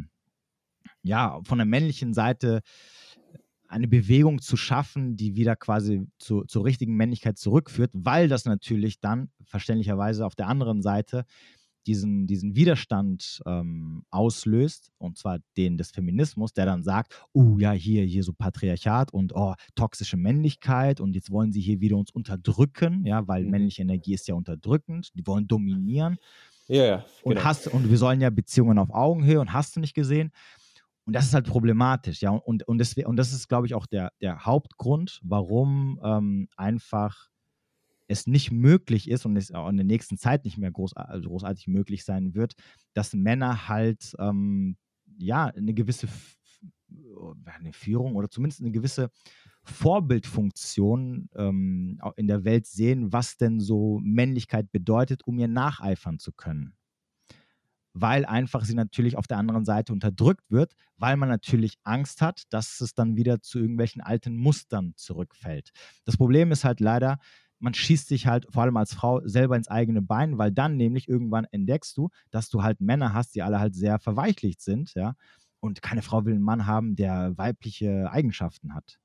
von der männlichen Seite eine Bewegung zu schaffen, die wieder quasi zur richtigen Männlichkeit zurückführt, weil das natürlich dann verständlicherweise auf der anderen Seite diesen Widerstand auslöst, und zwar den des Feminismus, der dann sagt, ja, hier so Patriarchat und toxische Männlichkeit und jetzt wollen sie hier wieder uns unterdrücken, ja, weil männliche Energie ist ja unterdrückend, die wollen dominieren. Ja, genau. Und wir sollen ja Beziehungen auf Augenhöhe und hast du nicht gesehen. Und das ist halt problematisch, ja. Und das ist, glaube ich, auch der Hauptgrund, warum einfach es nicht möglich ist und es auch in der nächsten Zeit nicht mehr großartig möglich sein wird, dass Männer halt eine gewisse eine Führung oder zumindest eine gewisse Vorbildfunktion in der Welt sehen, was denn so Männlichkeit bedeutet, um ihr nacheifern zu können. Weil einfach sie natürlich auf der anderen Seite unterdrückt wird, weil man natürlich Angst hat, dass es dann wieder zu irgendwelchen alten Mustern zurückfällt. Das Problem ist halt leider, man schießt sich halt vor allem als Frau selber ins eigene Bein, weil dann nämlich irgendwann entdeckst du, dass du halt Männer hast, die alle halt sehr verweichlicht sind, ja, und keine Frau will einen Mann haben, der weibliche Eigenschaften hat.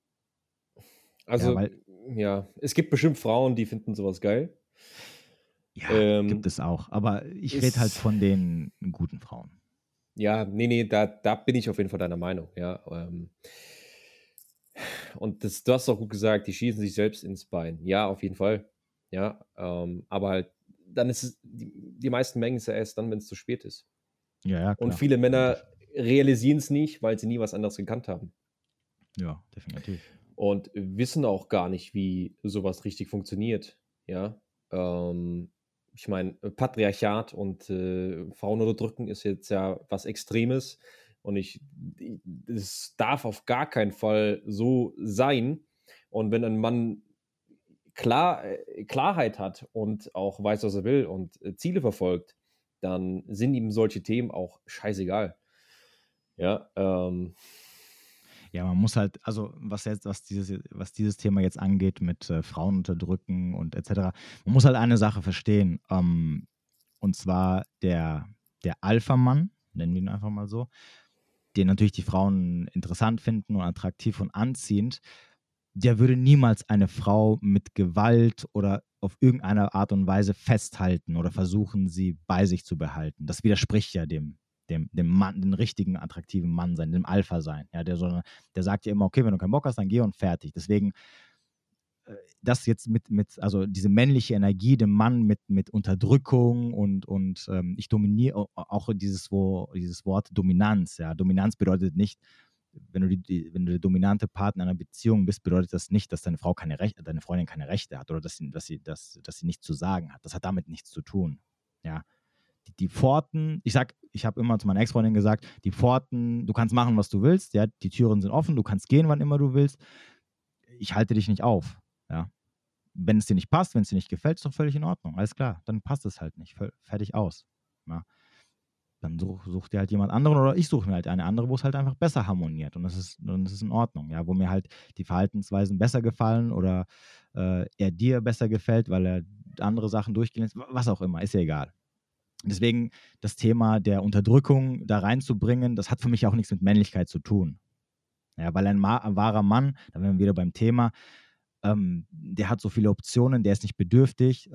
Also, es gibt bestimmt Frauen, die finden sowas geil. Ja, gibt es auch. Aber ich rede halt von den guten Frauen. Ja, nee, da bin ich auf jeden Fall deiner Meinung, ja. Und du hast auch gut gesagt, die schießen sich selbst ins Bein. Ja, auf jeden Fall. Ja, aber halt, dann ist es, die meisten merken es ja erst dann, wenn es zu spät ist. Ja, klar. Und viele Männer realisieren es nicht, weil sie nie was anderes gekannt haben. Ja, definitiv. Und wissen auch gar nicht, wie sowas richtig funktioniert. Ja, ich meine, Patriarchat und Frauen unterdrücken ist jetzt ja was Extremes. Und es darf auf gar keinen Fall so sein. Und wenn ein Mann Klarheit hat und auch weiß, was er will und Ziele verfolgt, dann sind ihm solche Themen auch scheißegal. Ja, Ja, man muss halt, also was dieses Thema jetzt angeht mit Frauen unterdrücken und etc., man muss halt eine Sache verstehen. Und zwar der Alpha-Mann, nennen wir ihn einfach mal so, den natürlich die Frauen interessant finden und attraktiv und anziehend, der würde niemals eine Frau mit Gewalt oder auf irgendeine Art und Weise festhalten oder versuchen, sie bei sich zu behalten. Das widerspricht ja dem Mann, dem richtigen, attraktiven Mann sein, dem Alpha sein. Ja, der sagt ja immer, okay, wenn du keinen Bock hast, dann geh und fertig. Deswegen das jetzt also diese männliche Energie, dem Mann mit Unterdrückung und ich dominiere, auch dieses Wort Dominanz. Ja, Dominanz bedeutet nicht, wenn du der dominante Partner einer Beziehung bist, bedeutet das nicht, dass deine Freundin keine Rechte hat oder dass sie nichts zu sagen hat. Das hat damit nichts zu tun. Ja. Die Pforten, ich habe immer zu meiner Ex-Freundin gesagt, die Pforten, du kannst machen, was du willst, ja, die Türen sind offen, du kannst gehen, wann immer du willst. Ich halte dich nicht auf. Ja. Wenn es dir nicht passt, wenn es dir nicht gefällt, ist doch völlig in Ordnung. Alles klar, dann passt es halt nicht. Fertig aus. Ja. Dann such dir halt jemand anderen oder ich suche mir halt eine andere, wo es halt einfach besser harmoniert. Und das ist in Ordnung. Ja. Wo mir halt die Verhaltensweisen besser gefallen oder er dir besser gefällt, weil er andere Sachen durchgehen lässt, was auch immer, ist ja egal. Deswegen das Thema der Unterdrückung da reinzubringen, das hat für mich auch nichts mit Männlichkeit zu tun. Ja, weil ein wahrer Mann, da wären wir wieder beim Thema, der hat so viele Optionen, der ist nicht bedürftig,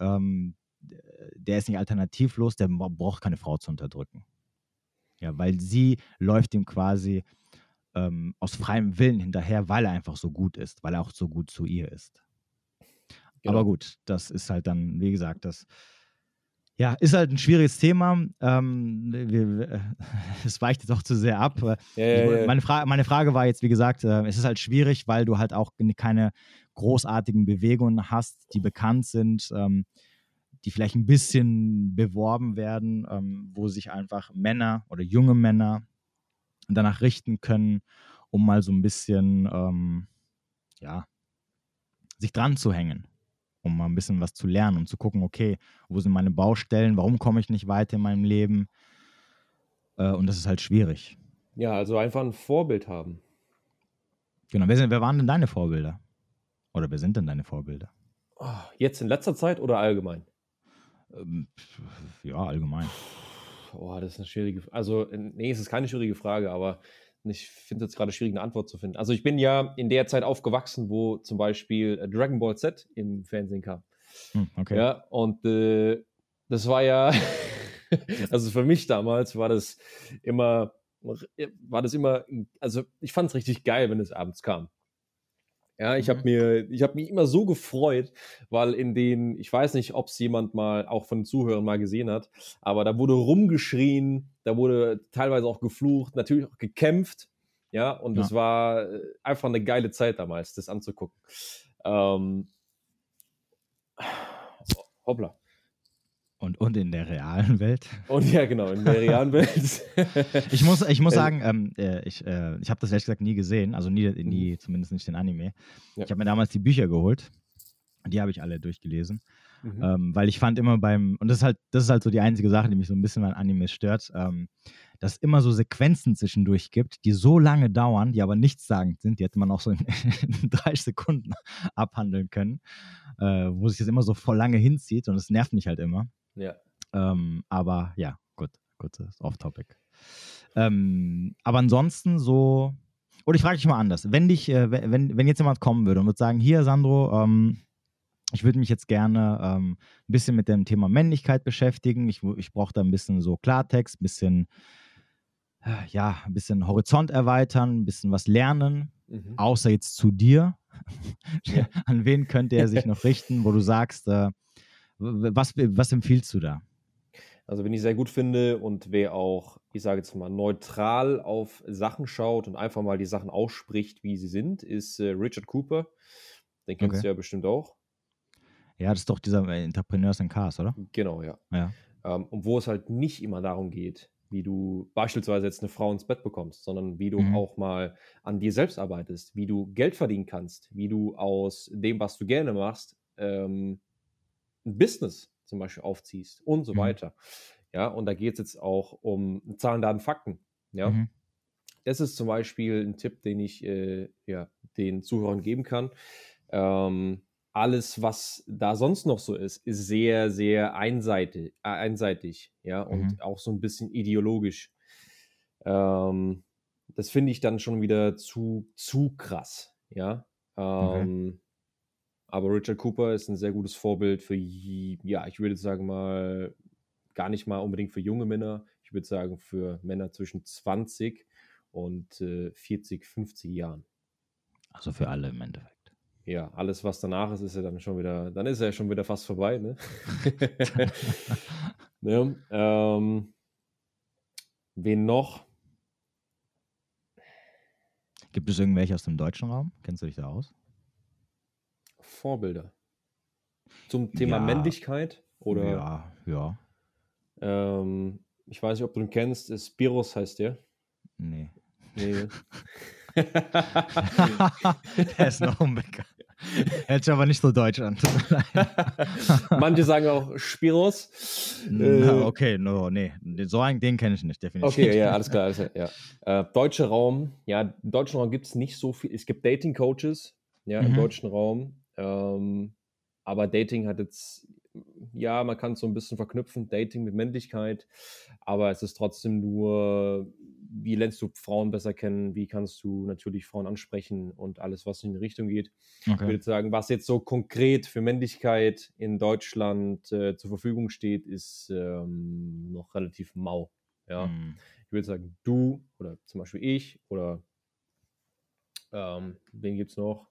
der ist nicht alternativlos, der braucht keine Frau zu unterdrücken. Ja, weil sie läuft ihm quasi aus freiem Willen hinterher, weil er einfach so gut ist, weil er auch so gut zu ihr ist. Genau. Aber gut, das ist halt dann, wie gesagt, ja, ist halt ein schwieriges Thema. Es weicht jetzt auch zu sehr ab. Meine Frage war jetzt, wie gesagt, es ist halt schwierig, weil du halt auch keine großartigen Bewegungen hast, die bekannt sind, die vielleicht ein bisschen beworben werden, wo sich einfach Männer oder junge Männer danach richten können, um mal so ein bisschen, sich dran zu hängen, um mal ein bisschen was zu lernen, um zu gucken, okay, wo sind meine Baustellen, warum komme ich nicht weiter in meinem Leben? Und das ist halt schwierig. Ja, also einfach ein Vorbild haben. Genau, wer waren denn deine Vorbilder? Oder wer sind denn deine Vorbilder? Jetzt in letzter Zeit oder allgemein? Ja, allgemein. Das ist eine schwierige Frage. Also, nee, es ist keine schwierige Frage, aber ich finde es jetzt gerade schwierig, eine Antwort zu finden. Also, ich bin ja in der Zeit aufgewachsen, wo zum Beispiel Dragon Ball Z im Fernsehen kam. Okay. Ja, und das war ja, also für mich damals war das immer, also ich fand es richtig geil, wenn es abends kam. Ja, ich habe mich immer so gefreut, weil ich weiß nicht, ob es jemand mal, auch von den Zuhörern mal gesehen hat, aber da wurde rumgeschrien, da wurde teilweise auch geflucht, natürlich auch gekämpft, ja, und das war einfach eine geile Zeit damals, das anzugucken. Hoppla. Und in der realen Welt? Und ja, genau, in der realen Welt. Ich muss sagen, ich habe das ehrlich gesagt nie gesehen, also nie zumindest nicht den Anime. Ja. Ich habe mir damals die Bücher geholt, die habe ich alle durchgelesen, weil ich fand immer und das ist halt so die einzige Sache, die mich so ein bisschen an Animes stört, dass es immer so Sequenzen zwischendurch gibt, die so lange dauern, die aber nichtssagend sind, die hätte man auch so in 30 Sekunden abhandeln können, wo sich das immer so voll lange hinzieht und das nervt mich halt immer. Ja. Aber ja, gut, das ist off-topic. Aber ansonsten so, oder ich frage dich mal anders, wenn jetzt jemand kommen würde und würde sagen, hier Sandro, ich würde mich jetzt gerne ein bisschen mit dem Thema Männlichkeit beschäftigen, ich brauche da ein bisschen so Klartext, ein bisschen Horizont erweitern, ein bisschen was lernen, außer jetzt zu dir. Ja. An wen könnte er sich noch richten, wo du sagst, was empfiehlst du da? Also, wen ich sehr gut finde und wer auch, ich sage jetzt mal, neutral auf Sachen schaut und einfach mal die Sachen ausspricht, wie sie sind, ist Richard Cooper. Den kennst du ja bestimmt auch. Ja, das ist doch dieser Entrepreneurs in Cars, oder? Genau, ja. Und wo es halt nicht immer darum geht, wie du beispielsweise jetzt eine Frau ins Bett bekommst, sondern wie du auch mal an dir selbst arbeitest, wie du Geld verdienen kannst, wie du aus dem, was du gerne machst, ein Business zum Beispiel aufziehst und so weiter. Ja, und da geht es jetzt auch um Zahlen, Daten, Fakten. Ja, das ist zum Beispiel ein Tipp, den ich den Zuhörern geben kann. Alles, was da sonst noch so ist sehr, sehr einseitig, ja, und auch so ein bisschen ideologisch. Das finde ich dann schon wieder zu krass, ja. Aber Richard Cooper ist ein sehr gutes Vorbild für, ich würde sagen mal, gar nicht mal unbedingt für junge Männer. Ich würde sagen für Männer zwischen 20 und 40, 50 Jahren. Also für alle im Endeffekt. Ja, alles, was danach ist, ist ja dann schon wieder fast vorbei, ne? Ja, wen noch? Gibt es irgendwelche aus dem deutschen Raum? Kennst du dich da aus? Vorbilder. Zum Thema Männlichkeit? Oder? Ja. Ich weiß nicht, ob du ihn kennst. Spiros heißt der. Nee. Der ist noch unbekannt. Hört sich aber nicht so deutsch an. Manche sagen auch Spiros. Okay, nee. So einen, den kenne ich nicht, definitiv. Okay, ja, alles klar. Ja. Deutscher Raum, ja, im deutschen Raum gibt es nicht so viel. Es gibt Dating-Coaches, ja, im deutschen Raum. Aber Dating hat jetzt, ja, man kann es so ein bisschen verknüpfen, Dating mit Männlichkeit, aber es ist trotzdem nur, wie lernst du Frauen besser kennen, wie kannst du natürlich Frauen ansprechen und alles, was in die Richtung geht. Okay. Ich würde sagen, was jetzt so konkret für Männlichkeit in Deutschland zur Verfügung steht, ist noch relativ mau. Ja. Ich würde sagen, du oder zum Beispiel ich oder wen gibt es noch?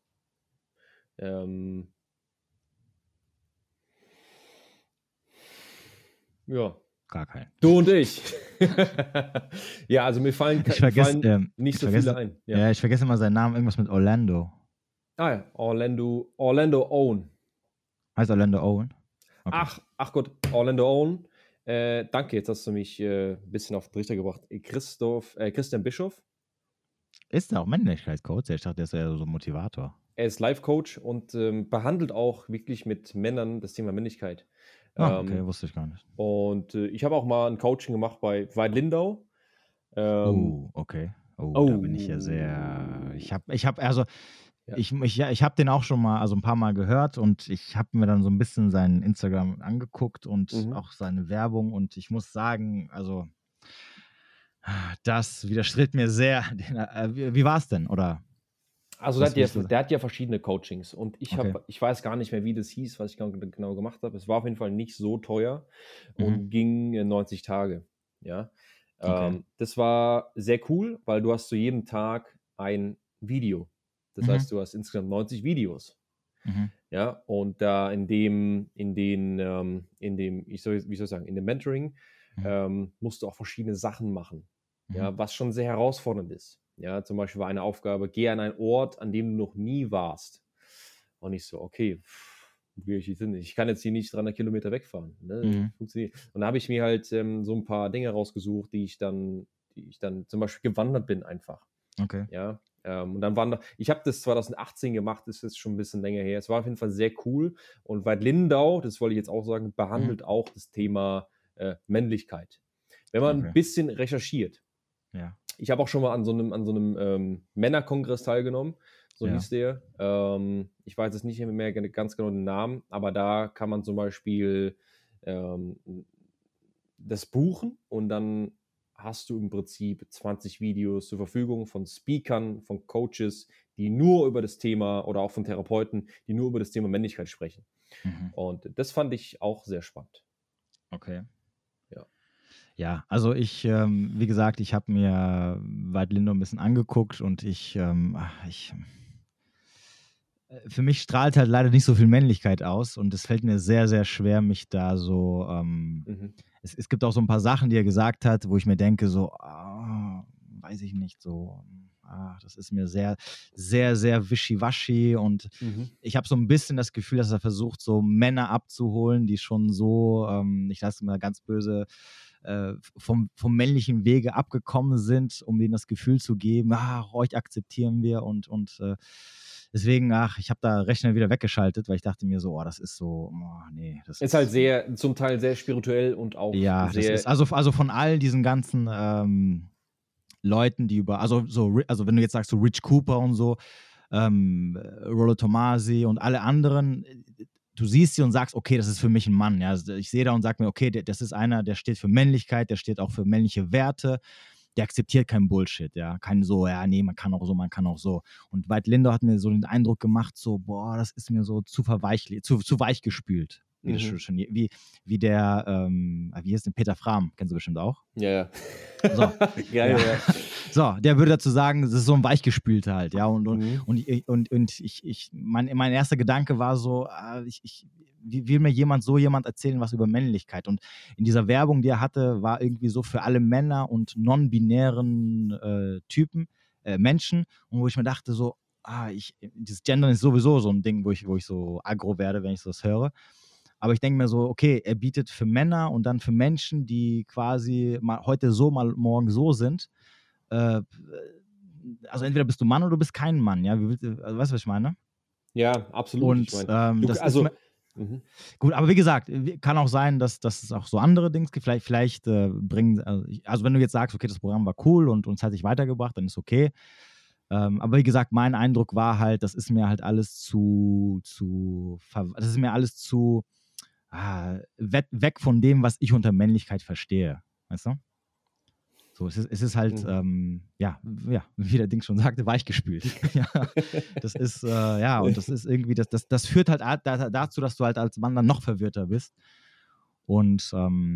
Ja. Gar keinen. Du und ich. Ja, also mir fallen nicht so viele ein. Ja, ich vergesse immer seinen Namen, irgendwas mit Orlando. Ah ja, Orlando Owen. Heißt Orlando Owen? Okay. Ach Gott, Orlando Owen. Danke, jetzt hast du mich ein bisschen auf den Trichter gebracht. Christian Bischoff. Ist er auch Männlichkeitscoach? Ich dachte, der ist eher so ein Motivator. Er ist Life-Coach und behandelt auch wirklich mit Männern das Thema Männlichkeit. Okay, wusste ich gar nicht. Und ich habe auch mal ein Coaching gemacht bei Veit Lindau. Okay. Da bin ich ja sehr. Oh. Ich habe also Ja. ich habe den auch schon mal, also ein paar Mal gehört und ich habe mir dann so ein bisschen sein Instagram angeguckt und auch seine Werbung und ich muss sagen, also das widerstrebt mir sehr. Wie war es denn? Oder Also was der hat ja verschiedene Coachings und Okay. ich weiß gar nicht mehr, wie das hieß, was ich genau gemacht habe. Es war auf jeden Fall nicht so teuer Mhm. und ging 90 Tage. Ja. Okay. Das war sehr cool, weil du hast zu jedem Tag ein Video. Das heißt, du hast insgesamt 90 Videos. Ja, und da in dem Mentoring musst du auch verschiedene Sachen machen. Ja, was schon sehr herausfordernd ist. Ja, zum Beispiel war eine Aufgabe, geh an einen Ort, an dem du noch nie warst. Und ich so, okay, wo gehe ich jetzt hin? Ich kann jetzt hier nicht 300 Kilometer wegfahren. Ne? Funktioniert. Und da habe ich mir halt so ein paar Dinge rausgesucht, die ich dann zum Beispiel gewandert bin einfach. Okay. Ja, und dann ich habe das 2018 gemacht, das ist schon ein bisschen länger her. Es war auf jeden Fall sehr cool. Und Veit Lindau, das wollte ich jetzt auch sagen, behandelt auch das Thema Männlichkeit. Wenn man ein bisschen recherchiert. Ja. Ich habe auch schon mal an so einem Männerkongress teilgenommen, so hieß der. Ich weiß jetzt nicht mehr ganz genau den Namen, aber da kann man zum Beispiel das buchen und dann hast du im Prinzip 20 Videos zur Verfügung von Speakern, von Coaches, die nur über das Thema oder auch von Therapeuten, die nur über das Thema Männlichkeit sprechen. Und das fand ich auch sehr spannend. Okay. Ja. Ja, also wie gesagt, ich habe mir Veit Lindau ein bisschen angeguckt und für mich strahlt halt leider nicht so viel Männlichkeit aus und es fällt mir sehr, sehr schwer, mich da so, es gibt auch so ein paar Sachen, die er gesagt hat, wo ich mir denke, so, weiß ich nicht, so, das ist mir sehr, sehr, sehr wischiwaschi und ich habe so ein bisschen das Gefühl, dass er versucht, so Männer abzuholen, die schon so, ich sage es mal ganz böse, vom männlichen Wege abgekommen sind, um denen das Gefühl zu geben, euch akzeptieren wir und deswegen, ich habe da recht schnell wieder weggeschaltet, weil ich dachte mir so, das ist so, nee. Das ist halt zum Teil sehr spirituell und auch ja, sehr... das ist, also von all diesen ganzen Leuten, die also wenn du jetzt sagst, so Rich Cooper und so, Rollo Tomasi und alle anderen, du siehst sie und sagst, okay, das ist für mich ein Mann. Ja? Also ich sehe da und sage mir, okay, das ist einer, der steht für Männlichkeit, der steht auch für männliche Werte, der akzeptiert keinen Bullshit, ja. Kein so, ja, nee, man kann auch so, man kann auch so. Und Veit Lindau hat mir so den Eindruck gemacht, so, das ist mir so zu weich gespült. Wie das schon, wie der, wie heißt denn, Peter Frahm, kennst du bestimmt auch? Ja. So, Geil, ja. So, der würde dazu sagen, das ist so ein Weichgespülter halt, ja. Mein erster Gedanke war so, wie will mir jemand erzählen, was über Männlichkeit? Und in dieser Werbung, die er hatte, war irgendwie so für alle Männer und non-binären Menschen, und wo ich mir dachte, so, dieses Gendern ist sowieso so ein Ding, wo ich so aggro werde, wenn ich das höre. Aber ich denke mir so, okay, er bietet für Männer und dann für Menschen, die quasi mal heute so, mal morgen so sind. Also entweder bist du Mann oder du bist kein Mann, ja. Weißt du, was ich meine? Ja, absolut. Und ich mein, das ist gut, aber wie gesagt, kann auch sein, dass es auch so andere Dinge gibt. Vielleicht bringen, also wenn du jetzt sagst, okay, das Programm war cool und uns hat sich weitergebracht, dann ist okay. Aber wie gesagt, mein Eindruck war halt, das ist mir halt alles weg von dem, was ich unter Männlichkeit verstehe. Weißt du? So, es ist halt, wie der Ding schon sagte, weichgespült. Ja, das ist, und das ist irgendwie, das führt halt dazu, dass du halt als Mann dann noch verwirrter bist. Und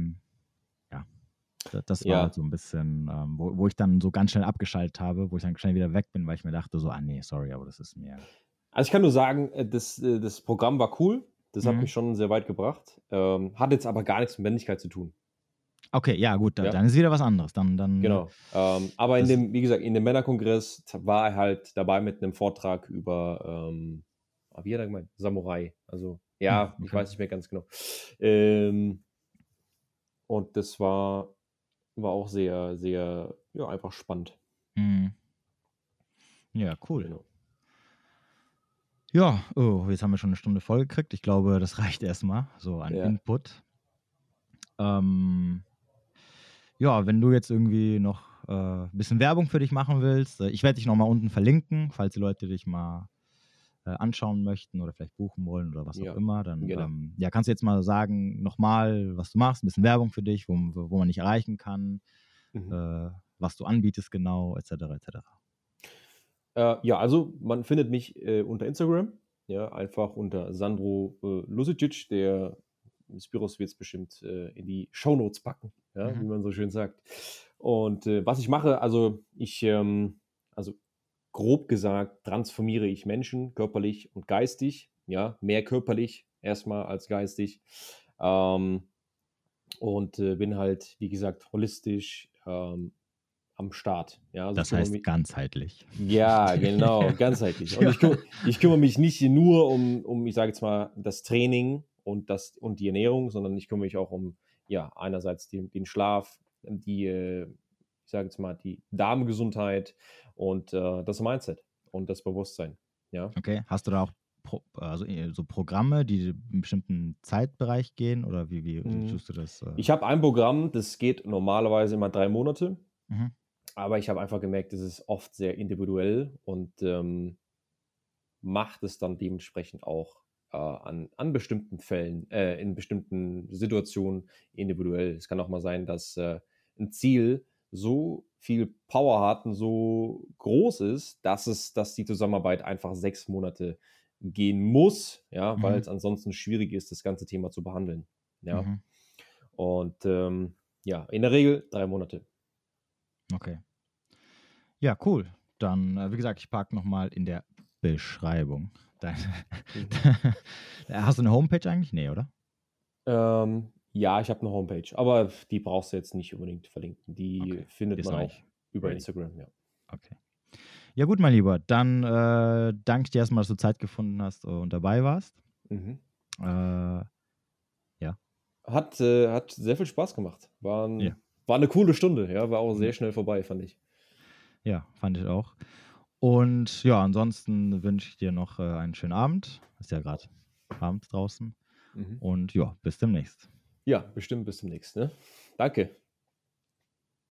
das war halt so ein bisschen, wo ich dann so ganz schnell abgeschaltet habe, wo ich dann schnell wieder weg bin, weil ich mir dachte, so, nee, sorry, aber das ist mir... Also ich kann nur sagen, das Programm war cool, das hat mich schon sehr weit gebracht, hat jetzt aber gar nichts mit Männlichkeit zu tun. Okay, ja gut, dann ist wieder was anderes. Dann, genau. Aber wie gesagt, in dem Männerkongress war er halt dabei mit einem Vortrag über, wie hat er gemeint? Samurai. Also Ja, Okay. ich weiß nicht mehr ganz genau. Und das war auch sehr, sehr, ja, einfach spannend. Mhm. Ja, cool. Genau. Ja, oh, jetzt haben wir schon eine Stunde voll gekriegt. Ich glaube, das reicht erstmal so an Ja. Input. Ja, wenn du jetzt irgendwie noch ein bisschen Werbung für dich machen willst, ich werde dich nochmal unten verlinken, falls die Leute dich mal anschauen möchten oder vielleicht buchen wollen oder was auch Ja, immer, dann genau. ja, kannst du jetzt mal sagen, nochmal, was du machst, ein bisschen Werbung für dich, wo man dich erreichen kann, Mhm. was du anbietest genau, etc. etc. Ja, also man findet mich unter Instagram, ja, einfach unter Sandro Lusic. Der Spiros wird es bestimmt in die Shownotes packen, ja, wie Mhm. man so schön sagt. Und was ich mache, also also grob gesagt, transformiere ich Menschen körperlich und geistig, ja, mehr körperlich erstmal als geistig. Ähm, und bin halt, wie gesagt, holistisch am Start. Ja, also ich Das kümmere heißt mich. ganzheitlich. Ja, genau, ganzheitlich. Und Ja. ich kümmere mich nicht nur um, ich sage jetzt mal, das Training und die Ernährung, sondern ich kümmere mich auch um, ja, einerseits den Schlaf, ich sage jetzt mal, die Darmgesundheit und das Mindset und das Bewusstsein. Ja. Okay, hast du da auch so Programme, die in einen bestimmten Zeitbereich gehen oder wie Mhm. tust du das? Ich habe ein Programm, das geht normalerweise immer 3 Monate, Mhm. aber ich habe einfach gemerkt, das ist oft sehr individuell und macht es dann dementsprechend auch an bestimmten Fällen, in bestimmten Situationen individuell. Es kann auch mal sein, dass ein Ziel so viel Power hat und so groß ist, dass die Zusammenarbeit einfach 6 Monate gehen muss, ja, weil Mhm. es ansonsten schwierig ist, das ganze Thema zu behandeln. Ja. Mhm. Und ja, in der Regel 3 Monate. Okay. Ja, cool. Dann, wie gesagt, ich packe nochmal in der Beschreibung. Deine Mhm. Hast du eine Homepage eigentlich? Nee, oder? Ja, ich habe eine Homepage, aber die brauchst du jetzt nicht unbedingt verlinken. Die Okay. findet Ist man auch eigentlich über ready. Instagram, ja. Okay. Ja, gut, mein Lieber. Dann danke ich dir erstmal, dass du Zeit gefunden hast und dabei warst. Mhm. Äh, ja. Hat sehr viel Spaß gemacht. Ja. War eine coole Stunde, ja, war auch Ja. sehr schnell vorbei, fand ich. Ja, fand ich auch. Und ja, ansonsten wünsche ich dir noch einen schönen Abend. Ist ja gerade Abend draußen. Mhm. Und ja, bis demnächst. Ja, bestimmt bis zum nächsten, ne? Danke.